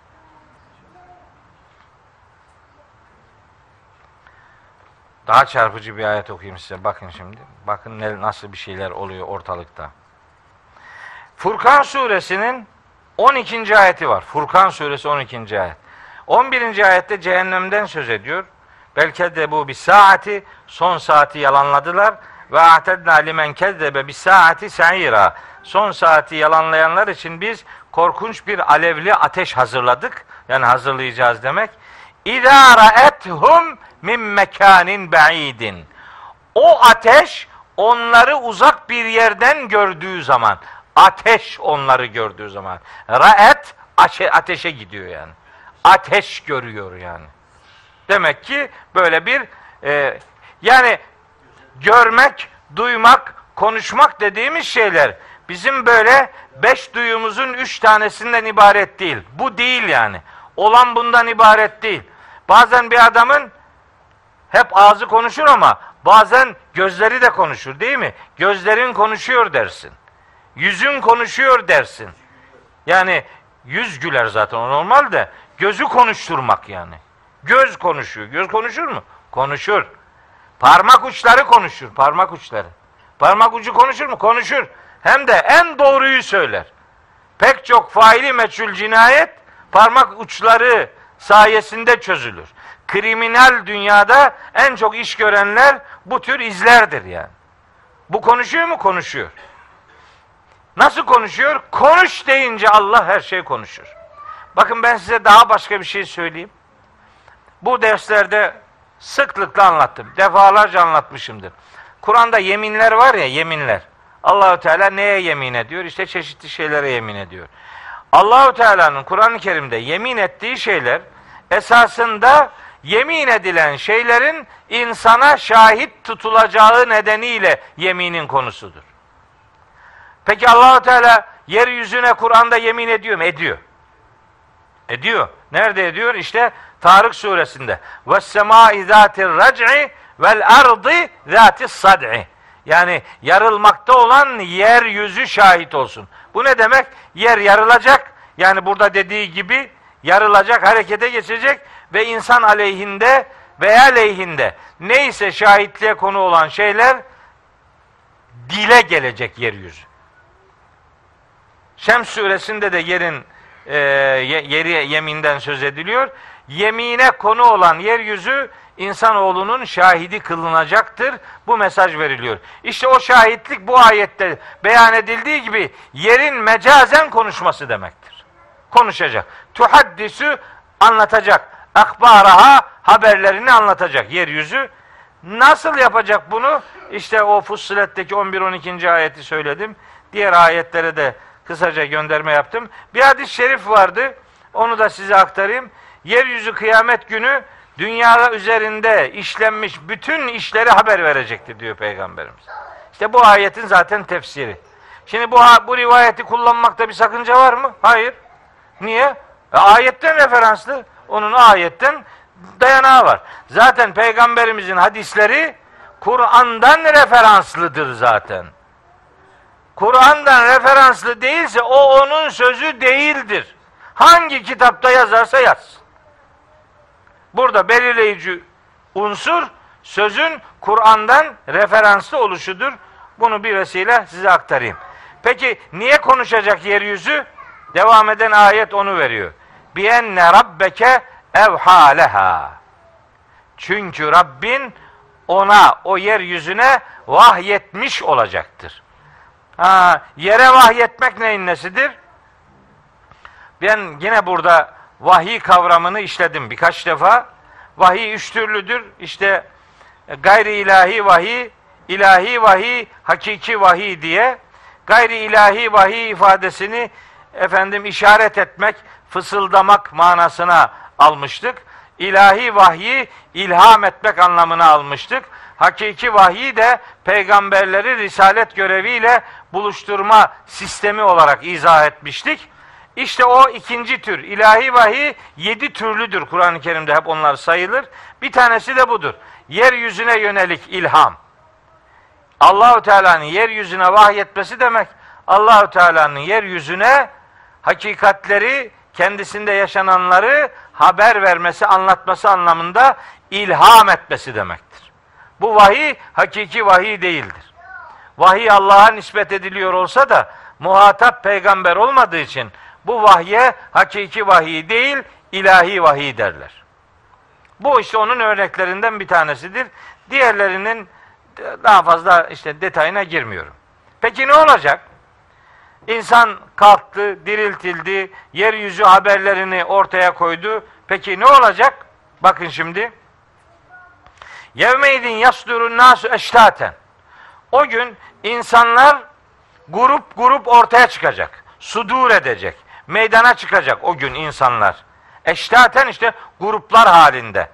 A: daha çarpıcı bir ayet okuyayım size. Bakın şimdi. Bakın ne, nasıl bir şeyler oluyor ortalıkta. Furkan suresinin on ikinci ayeti var. Furkan suresi on ikinci ayet. on birinci ayette cehennemden söz ediyor. Belki de bu bir saati, son saati yalanladılar. Ve a'tedna limen kezzebe bis saati sa'ira. Son saati yalanlayanlar için biz korkunç bir alevli ateş hazırladık. Yani hazırlayacağız demek. İzâ ra'ethum min mekanin ba'idin. O ateş onları uzak bir yerden gördüğü zaman, ateş onları gördüğü zaman, ra'et ateşe gidiyor yani. Ateş görüyor yani. Demek ki böyle bir e, yani görmek, duymak, konuşmak dediğimiz şeyler bizim böyle beş duyumuzun üç tanesinden ibaret değil. Bu değil yani. Olan bundan ibaret değil. Bazen bir adamın hep ağzı konuşur ama bazen gözleri de konuşur, değil mi? Gözlerin konuşuyor dersin. Yüzün konuşuyor dersin. Yani yüz güler zaten o normal de gözü konuşturmak yani. Göz konuşuyor. Göz konuşur mu? Konuşur. Parmak uçları konuşur. Parmak uçları. Parmak ucu konuşur mu? Konuşur. Hem de en doğruyu söyler. Pek çok faili meçhul cinayet parmak uçları sayesinde çözülür. Kriminal dünyada en çok iş görenler bu tür izlerdir yani. Bu konuşuyor mu? Konuşuyor. Nasıl konuşuyor? Konuş deyince Allah her şey konuşur. Bakın ben size daha başka bir şey söyleyeyim. Bu derslerde sıklıkla anlattım. Defalarca anlatmışımdır. Kur'an'da yeminler var ya, yeminler. Allahu Teala neye yemin ediyor? İşte çeşitli şeylere yemin ediyor. Allahu Teala'nın Kur'an-ı Kerim'de yemin ettiği şeyler esasında yemin edilen şeylerin insana şahit tutulacağı nedeniyle yeminin konusudur. Peki Allahu Teala yeryüzüne Kur'an'da yemin ediyor mu? Ediyor. Ediyor. Nerede ediyor? İşte Tarık suresinde. وَالسَّمَاءِ ذَاتِ الرَّجْعِ وَالْاَرْضِ ذَاتِ الصَّدْعِ. Yani yarılmakta olan yeryüzü şahit olsun. Bu ne demek? Yer yarılacak. Yani burada dediği gibi yarılacak, harekete geçecek ve insan aleyhinde veya lehinde neyse şahitliğe konu olan şeyler dile gelecek yeryüzü. Şems suresinde de yerin e, yeri yeminden söz ediliyor. Yemine konu olan yeryüzü insanoğlunun şahidi kılınacaktır. Bu mesaj veriliyor. İşte o şahitlik bu ayette beyan edildiği gibi yerin mecazen konuşması demektir. Konuşacak. Tuhaddisu anlatacak. Akbaraha haberlerini anlatacak yeryüzü. Nasıl yapacak bunu? İşte o Fussilet'teki on bir on iki. ayeti söyledim. Diğer ayetlere de kısaca gönderme yaptım. Bir hadis-i şerif vardı. Onu da size aktarayım. Yeryüzü kıyamet günü dünya üzerinde işlenmiş bütün işleri haber verecektir diyor Peygamberimiz. İşte bu ayetin zaten tefsiri. Şimdi bu bu rivayeti kullanmakta bir sakınca var mı? Hayır. Niye? E, ayetten referanslı. Onun ayetten dayanağı var. Zaten Peygamberimizin hadisleri Kur'an'dan referanslıdır zaten. Kur'an'dan referanslı değilse o onun sözü değildir. Hangi kitapta yazarsa yazsın. Burada belirleyici unsur sözün Kur'an'dan referanslı oluşudur. Bunu bir vesile size aktarayım. Peki niye konuşacak yeryüzü? Devam eden ayet onu veriyor. Bienne rabbeke evhâ leha. Çünkü Rabbin ona, o yeryüzüne vahyetmiş olacaktır. Ha, yere vahyetmek neyin nesidir? Ben yine burada vahiy kavramını işledim birkaç defa. Vahiy üç türlüdür. İşte gayri ilahi vahiy, ilahi vahiy, hakiki vahiy diye. Gayri ilahi vahiy ifadesini efendim işaret etmek, fısıldamak manasına almıştık. İlahi vahyi ilham etmek anlamına almıştık. Hakiki vahyi de peygamberleri risalet göreviyle buluşturma sistemi olarak izah etmiştik. İşte o ikinci tür. İlahi vahiy yedi türlüdür. Kur'an-ı Kerim'de hep onlar sayılır. Bir tanesi de budur. Yeryüzüne yönelik ilham. Allahu Teala'nın yeryüzüne vahyetmesi demek, Allahu Teala'nın yeryüzüne hakikatleri, kendisinde yaşananları haber vermesi, anlatması anlamında ilham etmesi demektir. Bu vahiy hakiki vahiy değildir. Vahiy Allah'a nispet ediliyor olsa da muhatap peygamber olmadığı için bu vahye hakiki vahiy değil, ilahi vahiy derler. Bu işte onun örneklerinden bir tanesidir. Diğerlerinin daha fazla işte detayına girmiyorum. Peki ne olacak? İnsan kalktı, diriltildi, yeryüzü haberlerini ortaya koydu. Peki ne olacak? Bakın şimdi. Yevmeydin yasdurun nasu eştaten. O gün insanlar grup grup ortaya çıkacak. Sudur edecek. Meydana çıkacak o gün insanlar. Eştaten işte gruplar halinde.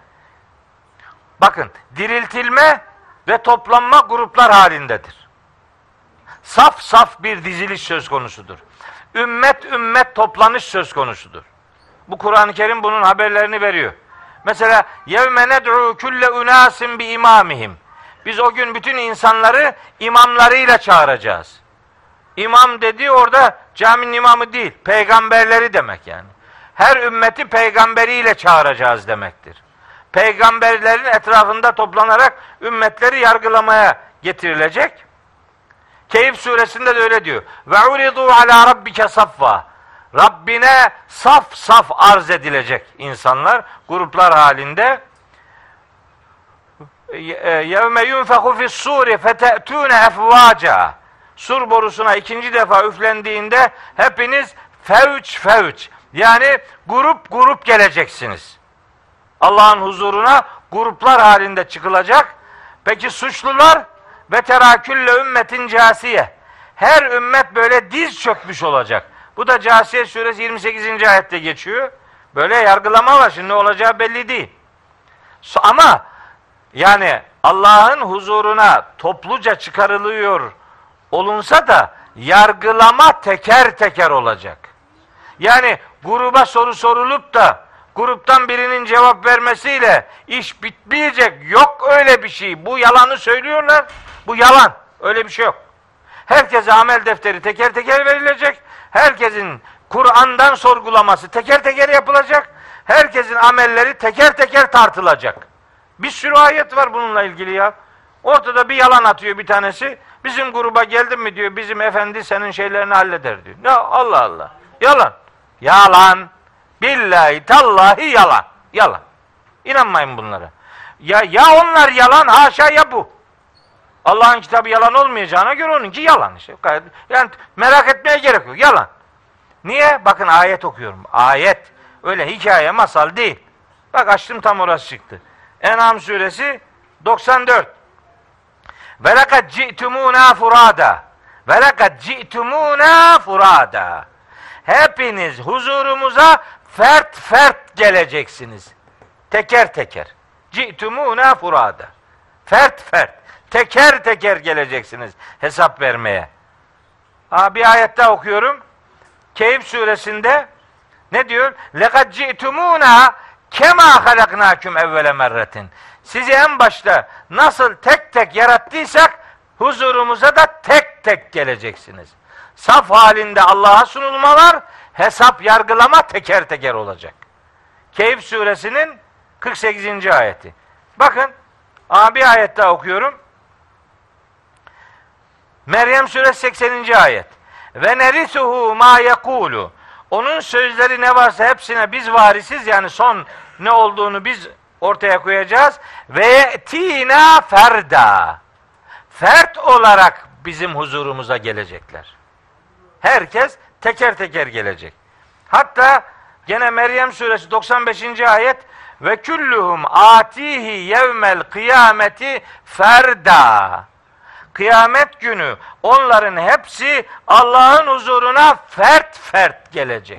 A: Bakın diriltilme ve toplanma gruplar halindedir. Saf saf bir diziliş söz konusudur. Ümmet ümmet toplanış söz konusudur. Bu Kur'an-ı Kerim bunun haberlerini veriyor. Mesela yevme ned'u kulle unasin bi imamihim. Biz o gün bütün insanları imamlarıyla çağıracağız. İmam dediği orada caminin imamı değil, peygamberleri demek yani. Her ümmeti peygamberiyle çağıracağız demektir. Peygamberlerin etrafında toplanarak ümmetleri yargılamaya getirilecek. Keyif suresinde de öyle diyor. Ve uridu ala rabbike saffa. Rabbine saf saf arz edilecek insanlar gruplar halinde. Yevme yunfehu fis-suri fete'tune efvaca. Sur borusuna ikinci defa üflendiğinde hepiniz fevç fevç yani grup grup geleceksiniz. Allah'ın huzuruna gruplar halinde çıkılacak. Peki suçlular ve terakülle ümmetin casiye. Her ümmet böyle diz çökmüş olacak. Bu da Câsiye suresi yirmi sekizinci ayette geçiyor. Böyle yargılama var. Şimdi ne olacağı belli değil. Ama yani Allah'ın huzuruna topluca çıkarılıyor olunsa da yargılama teker teker olacak. Yani gruba soru sorulup da gruptan birinin cevap vermesiyle iş bitmeyecek. Yok öyle bir şey. Bu yalanı söylüyorlar. Bu yalan. Öyle bir şey yok. Herkese amel defteri teker teker verilecek. Herkesin Kur'an'dan sorgulaması teker teker yapılacak. Herkesin amelleri teker teker tartılacak. Bir sürü ayet var bununla ilgili ya. Ortada bir yalan atıyor bir tanesi. Bizim gruba geldin mi diyor, bizim efendi senin şeylerini halleder diyor. Ne Allah Allah. Yalan. Yalan. Billahi tallahi yalan. Yalan. İnanmayın bunlara. Ya ya onlar yalan, haşa ya bu. Allah'ın kitabı yalan olmayacağına göre onunki yalan işte. Yani merak etmeye gerek yok. Yalan. Niye? Bakın ayet okuyorum. Ayet. Öyle hikaye, masal değil. Bak açtım tam orası çıktı. En'am suresi doksan dört. Ve lekad ci'tumûnâ furâdâ. Ve lekad ci'tumûnâ furâdâ. Hepiniz huzurumuza fert fert geleceksiniz. Teker teker. Ci'tumûnâ furâdâ. Fert fert. Teker teker geleceksiniz hesap vermeye. Ha, bir ayet daha okuyorum. Keyif suresinde ne diyor? لَقَدْ جِئْتُمُونَا كَمَا خَلَقْنَاكُمْ اَوَّلَ مَرَّةٍ. Sizi en başta nasıl tek tek yarattıysak huzurumuza da tek tek geleceksiniz. Saf halinde Allah'a sunulmalar, hesap yargılama teker teker olacak. Keyif suresinin kırk sekizinci ayeti. Bakın, bir ayet daha okuyorum. Meryem suresi sekseninci ayet. Ve nerisuhu ma yekulu. Onun sözleri ne varsa hepsine biz varisiz, yani son ne olduğunu biz ortaya koyacağız. Ve tina ferda. Fert olarak bizim huzurumuza gelecekler. Herkes teker teker gelecek. Hatta gene Meryem suresi doksan beşinci ayet. Ve kulluhum atihi yevmel kıyameti ferda. Kıyamet günü onların hepsi Allah'ın huzuruna fert fert gelecek.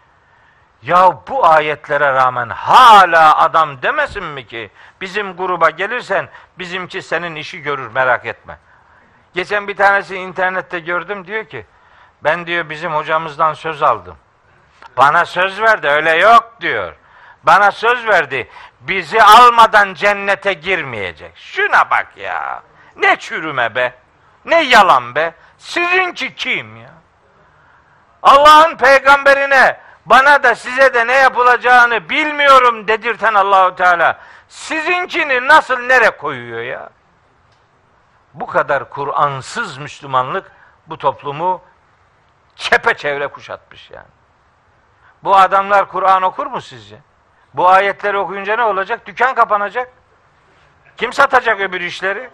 A: Ya bu ayetlere rağmen hala adam demesin mi ki bizim gruba gelirsen bizimki senin işi görür, merak etme. Geçen bir tanesi internette gördüm, diyor ki ben diyor bizim hocamızdan söz aldım. Bana söz verdi, öyle yok diyor. Bana söz verdi, bizi almadan cennete girmeyecek. Şuna bak ya. Ne çürüme be. Ne yalan be. Sizinki kim ya? Allah'ın peygamberine bana da size de ne yapılacağını bilmiyorum dedirten Allahu Teala sizinkini nasıl nereye koyuyor ya? Bu kadar Kur'ansız Müslümanlık bu toplumu çepeçevre kuşatmış yani. Bu adamlar Kur'an okur mu sizce? Bu ayetleri okuyunca ne olacak? Dükkan kapanacak. Kim satacak öbür işleri?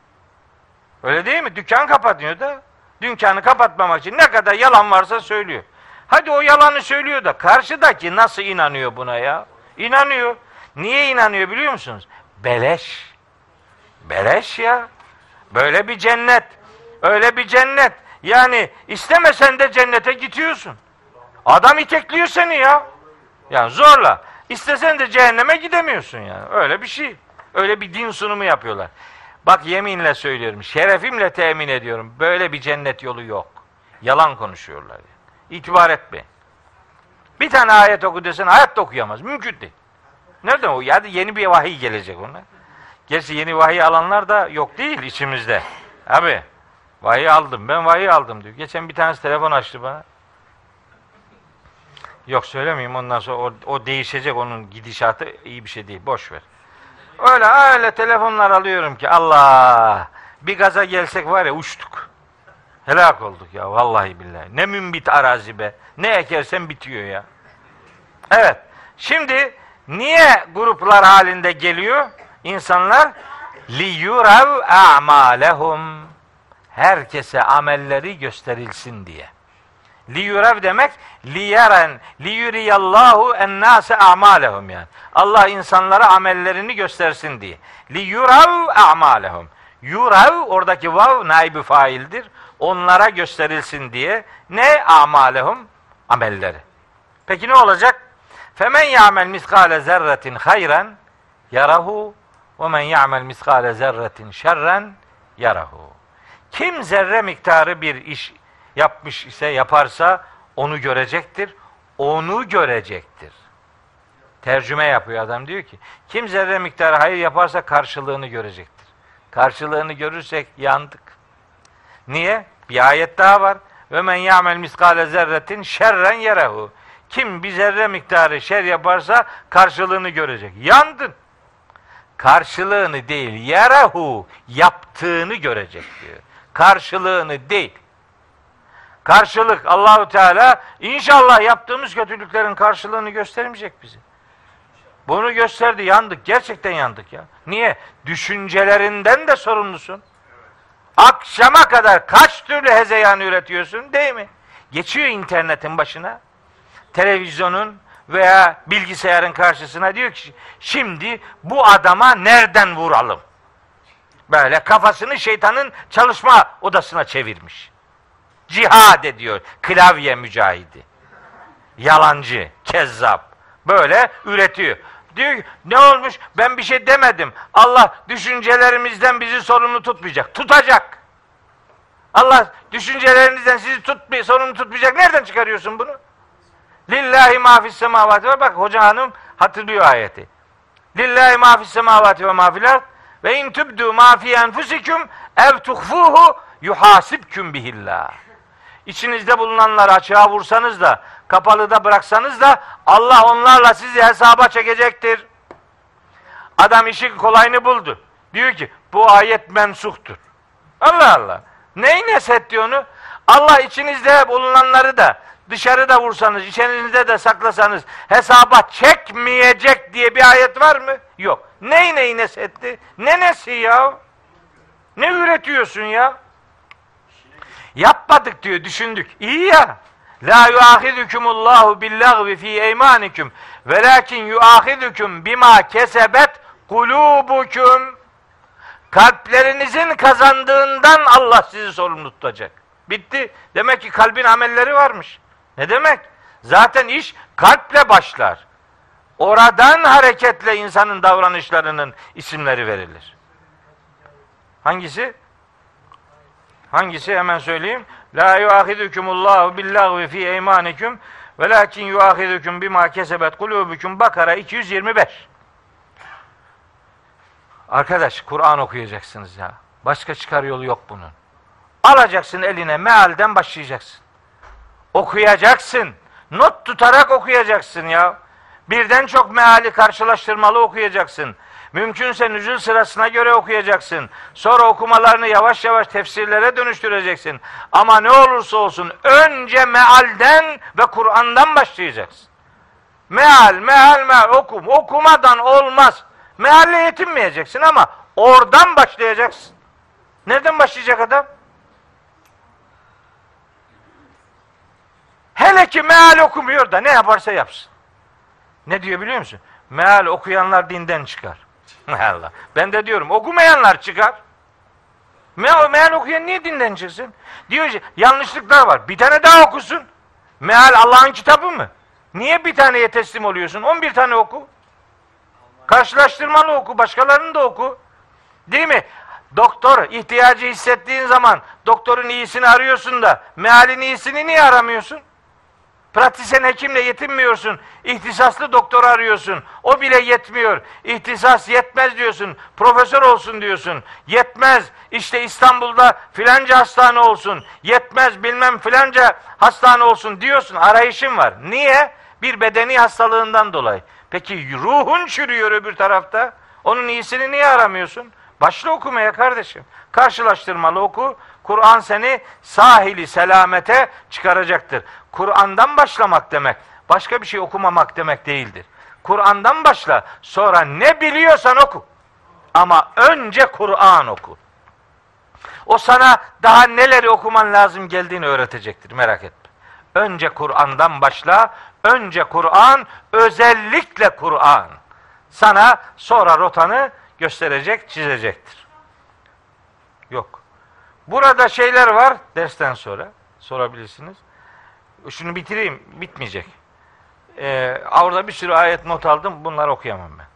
A: Öyle değil mi? Dükkan kapanıyor da. Dükkanı kapatmamak için ne kadar yalan varsa söylüyor. Hadi o yalanı söylüyor da karşıdaki nasıl inanıyor buna ya? İnanıyor. Niye inanıyor biliyor musunuz? Beleş. Beleş ya. Böyle bir cennet. Öyle bir cennet. Yani istemesen de cennete gidiyorsun. Adam itekliyor seni ya. Yani zorla. İstesen de cehenneme gidemiyorsun yani. Öyle bir şey. Öyle bir din sunumu yapıyorlar. Bak yeminle söylüyorum. Şerefimle temin ediyorum. Böyle bir cennet yolu yok. Yalan konuşuyorlar. Yani. İtibar etmeyin. Bir tane ayet oku desen hayatta okuyamaz. Mümkün değil. Nereden o? Yani yeni bir vahiy gelecek ona. Gerçi yeni vahiy alanlar da yok değil içimizde. Abi vahiy aldım. Ben vahiy aldım diyor. Geçen bir tanesi telefon açtı bana. Yok söylemeyeyim, ondan sonra o, o değişecek, onun gidişatı iyi bir şey değil. Boş ver. Öyle öyle telefonlar alıyorum ki Allah, bir gaza gelsek var ya uçtuk. Helak olduk ya vallahi billahi. Ne mümbit arazi be. Ne ekersen bitiyor ya. Evet. Şimdi niye gruplar halinde geliyor insanlar? liyurav a'malehum. Herkese amelleri gösterilsin diye. Li yurev demek li yeren li yuriyallahu ennase a'malehum yani. Allah insanlara amellerini göstersin diye. Li yurev a'malehum. Yurev oradaki vav naibi faildir. Onlara gösterilsin diye. Ne amalehum? Amelleri. Peki ne olacak? Femen ya'mel miskale zerretin hayran yarahu ve men ya'mel miskale zerretin şerren yarahu. Kim zerre miktarı bir iş yapmış ise, yaparsa onu görecektir. Onu görecektir. Tercüme yapıyor adam, diyor ki kim zerre miktarı hayır yaparsa karşılığını görecektir. Karşılığını görürsek yandık. Niye? Bir ayet daha var. Ve men ya'mel miskale zerretin şerren yerehu. Kim bir zerre miktarı şer yaparsa karşılığını görecek. Yandın. Karşılığını değil, yerehu, yaptığını görecek diyor. Karşılığını değil. Karşılık, Allahu Teala inşallah yaptığımız kötülüklerin karşılığını göstermeyecek bize. Bunu gösterdi, yandık. Gerçekten yandık ya. Niye? Düşüncelerinden de sorumlusun. Akşama kadar kaç türlü hezeyan üretiyorsun, değil mi? Geçiyor internetin başına, televizyonun veya bilgisayarın karşısına, diyor ki şimdi bu adama nereden vuralım? Böyle kafasını şeytanın çalışma odasına çevirmiş. Cihad ediyor klavye mücahidi. Yalancı, kezzap. Böyle üretiyor. Diyor ki ne olmuş? Ben bir şey demedim. Allah düşüncelerimizden bizi sorumlu tutmayacak. Tutacak. Allah düşüncelerinizden sizi tutmay sorumlu tutmayacak. Nereden çıkarıyorsun bunu? Lillahi ma fis semavati ve bak hoca hanım hatırlıyor ayeti. Lillahi ma fis semavati ve ma fil ard ve in tubdu ma fi enfusikum ev tuhfuhu yuhasibkum bihillah. İçinizde bulunanları açığa vursanız da kapalıda bıraksanız da Allah onlarla sizi hesaba çekecektir. Adam işin kolayını buldu. Diyor ki bu ayet mensuhtur. Allah Allah. Neyi neset diyor onu? Allah içinizde bulunanları da dışarıda vursanız, içinizde de saklasanız hesaba çekmeyecek diye bir ayet var mı? Yok. Neyi neyi nesetti? Ne nesi ya? Ne üretiyorsun ya? Yapmadık diyor, düşündük. İyi ya. La yuahidukumullahu billagvi fi eymanikum velakin yuahidukum bima kesebet kulubukum. Kalplerinizin kazandığından Allah sizi sorumlu tutacak. Bitti. Demek ki kalbin amelleri varmış. Ne demek? Zaten iş kalple başlar. Oradan hareketle insanın davranışlarının isimleri verilir. Hangisi? Hangisi? Hemen söyleyeyim. La yuahidukumullahu billagvi fi eymanikum velakin yuahidukum bima kesebet kulubukum. Bakara iki yüz yirmi beş. Arkadaş, Kur'an okuyacaksınız ya. Başka çıkar yolu yok bunun. Alacaksın eline, mealden başlayacaksın. Okuyacaksın. Not tutarak okuyacaksın ya. Birden çok meali karşılaştırmalı okuyacaksın. Mümkünse nüzul sırasına göre okuyacaksın. Sonra okumalarını yavaş yavaş tefsirlere dönüştüreceksin. Ama ne olursa olsun önce mealden ve Kur'an'dan başlayacaksın. Meal, meal, meal okum. Okumadan olmaz. Mealle yetinmeyeceksin ama oradan başlayacaksın. Nereden başlayacak adam? Hele ki meal okumuyor da ne yaparsa yapsın. Ne diyor biliyor musun? Meal okuyanlar dinden çıkar. Allah. Ben de diyorum okumayanlar çıkar. Meal, meal okuyan niye dinden çıksın? Diyor ki yanlışlıklar var. Bir tane daha okusun. Meal Allah'ın kitabı mı? Niye bir taneye teslim oluyorsun? On bir tane oku. Karşılaştırmalı oku. Başkalarını da oku. Değil mi? Doktor ihtiyacı hissettiğin zaman doktorun iyisini arıyorsun da mealin iyisini niye aramıyorsun? Pratisyen hekimle yetinmiyorsun. İhtisaslı doktor arıyorsun. O bile yetmiyor. İhtisas yetmez diyorsun. Profesör olsun diyorsun. Yetmez. İşte İstanbul'da filanca hastane olsun. Yetmez bilmem filanca hastane olsun diyorsun. Arayışın var. Niye? Bir bedeni hastalığından dolayı. Peki ruhun çürüyor öbür tarafta. Onun iyisini niye aramıyorsun? Başla okumaya kardeşim. Karşılaştırmalı oku. Kur'an seni sahili selamete çıkaracaktır. Kur'an'dan başlamak demek, başka bir şey okumamak demek değildir. Kur'an'dan başla, sonra ne biliyorsan oku. Ama önce Kur'an oku. O sana daha neleri okuman lazım geldiğini öğretecektir, merak etme. Önce Kur'an'dan başla. Önce Kur'an, özellikle Kur'an. Sana sonra rotanı gösterecek, çizecektir. Yok. Burada şeyler var, dersten sonra sorabilirsiniz. Şunu bitireyim, bitmeyecek. Ee, orada bir sürü ayet not aldım, bunları okuyamam ben.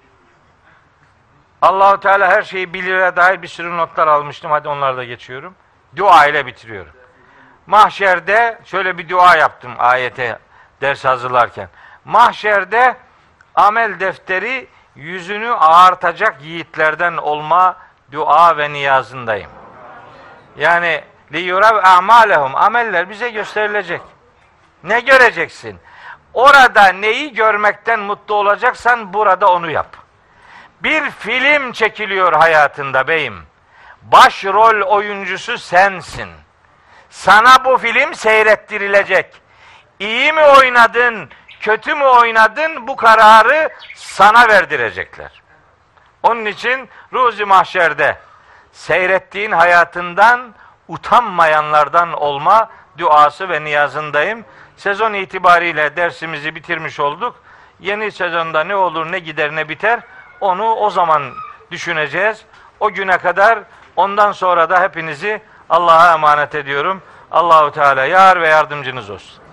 A: Allah-u Teala her şeyi bilire dair bir sürü notlar almıştım, hadi onları da geçiyorum. Dua ile bitiriyorum. Mahşerde şöyle bir dua yaptım ayete ders hazırlarken. Mahşerde amel defteri yüzünü ağartacak yiğitlerden olma dua ve niyazındayım. Yani li yurav a'malehum, ameller bize gösterilecek. Ne göreceksin? Orada neyi görmekten mutlu olacaksan burada onu yap. Bir film çekiliyor hayatında beyim. Başrol oyuncusu sensin. Sana bu film seyrettirilecek. İyi mi oynadın, kötü mü oynadın, bu kararı sana verdirecekler. Onun için ruzi mahşerde seyrettiğin hayatından utanmayanlardan olma duası ve niyazındayım. Sezon itibariyle dersimizi bitirmiş olduk. Yeni sezonda ne olur, ne gider, ne biter, onu o zaman düşüneceğiz. O güne kadar, ondan sonra da hepinizi Allah'a emanet ediyorum. Allahu Teala yar ve yardımcınız olsun.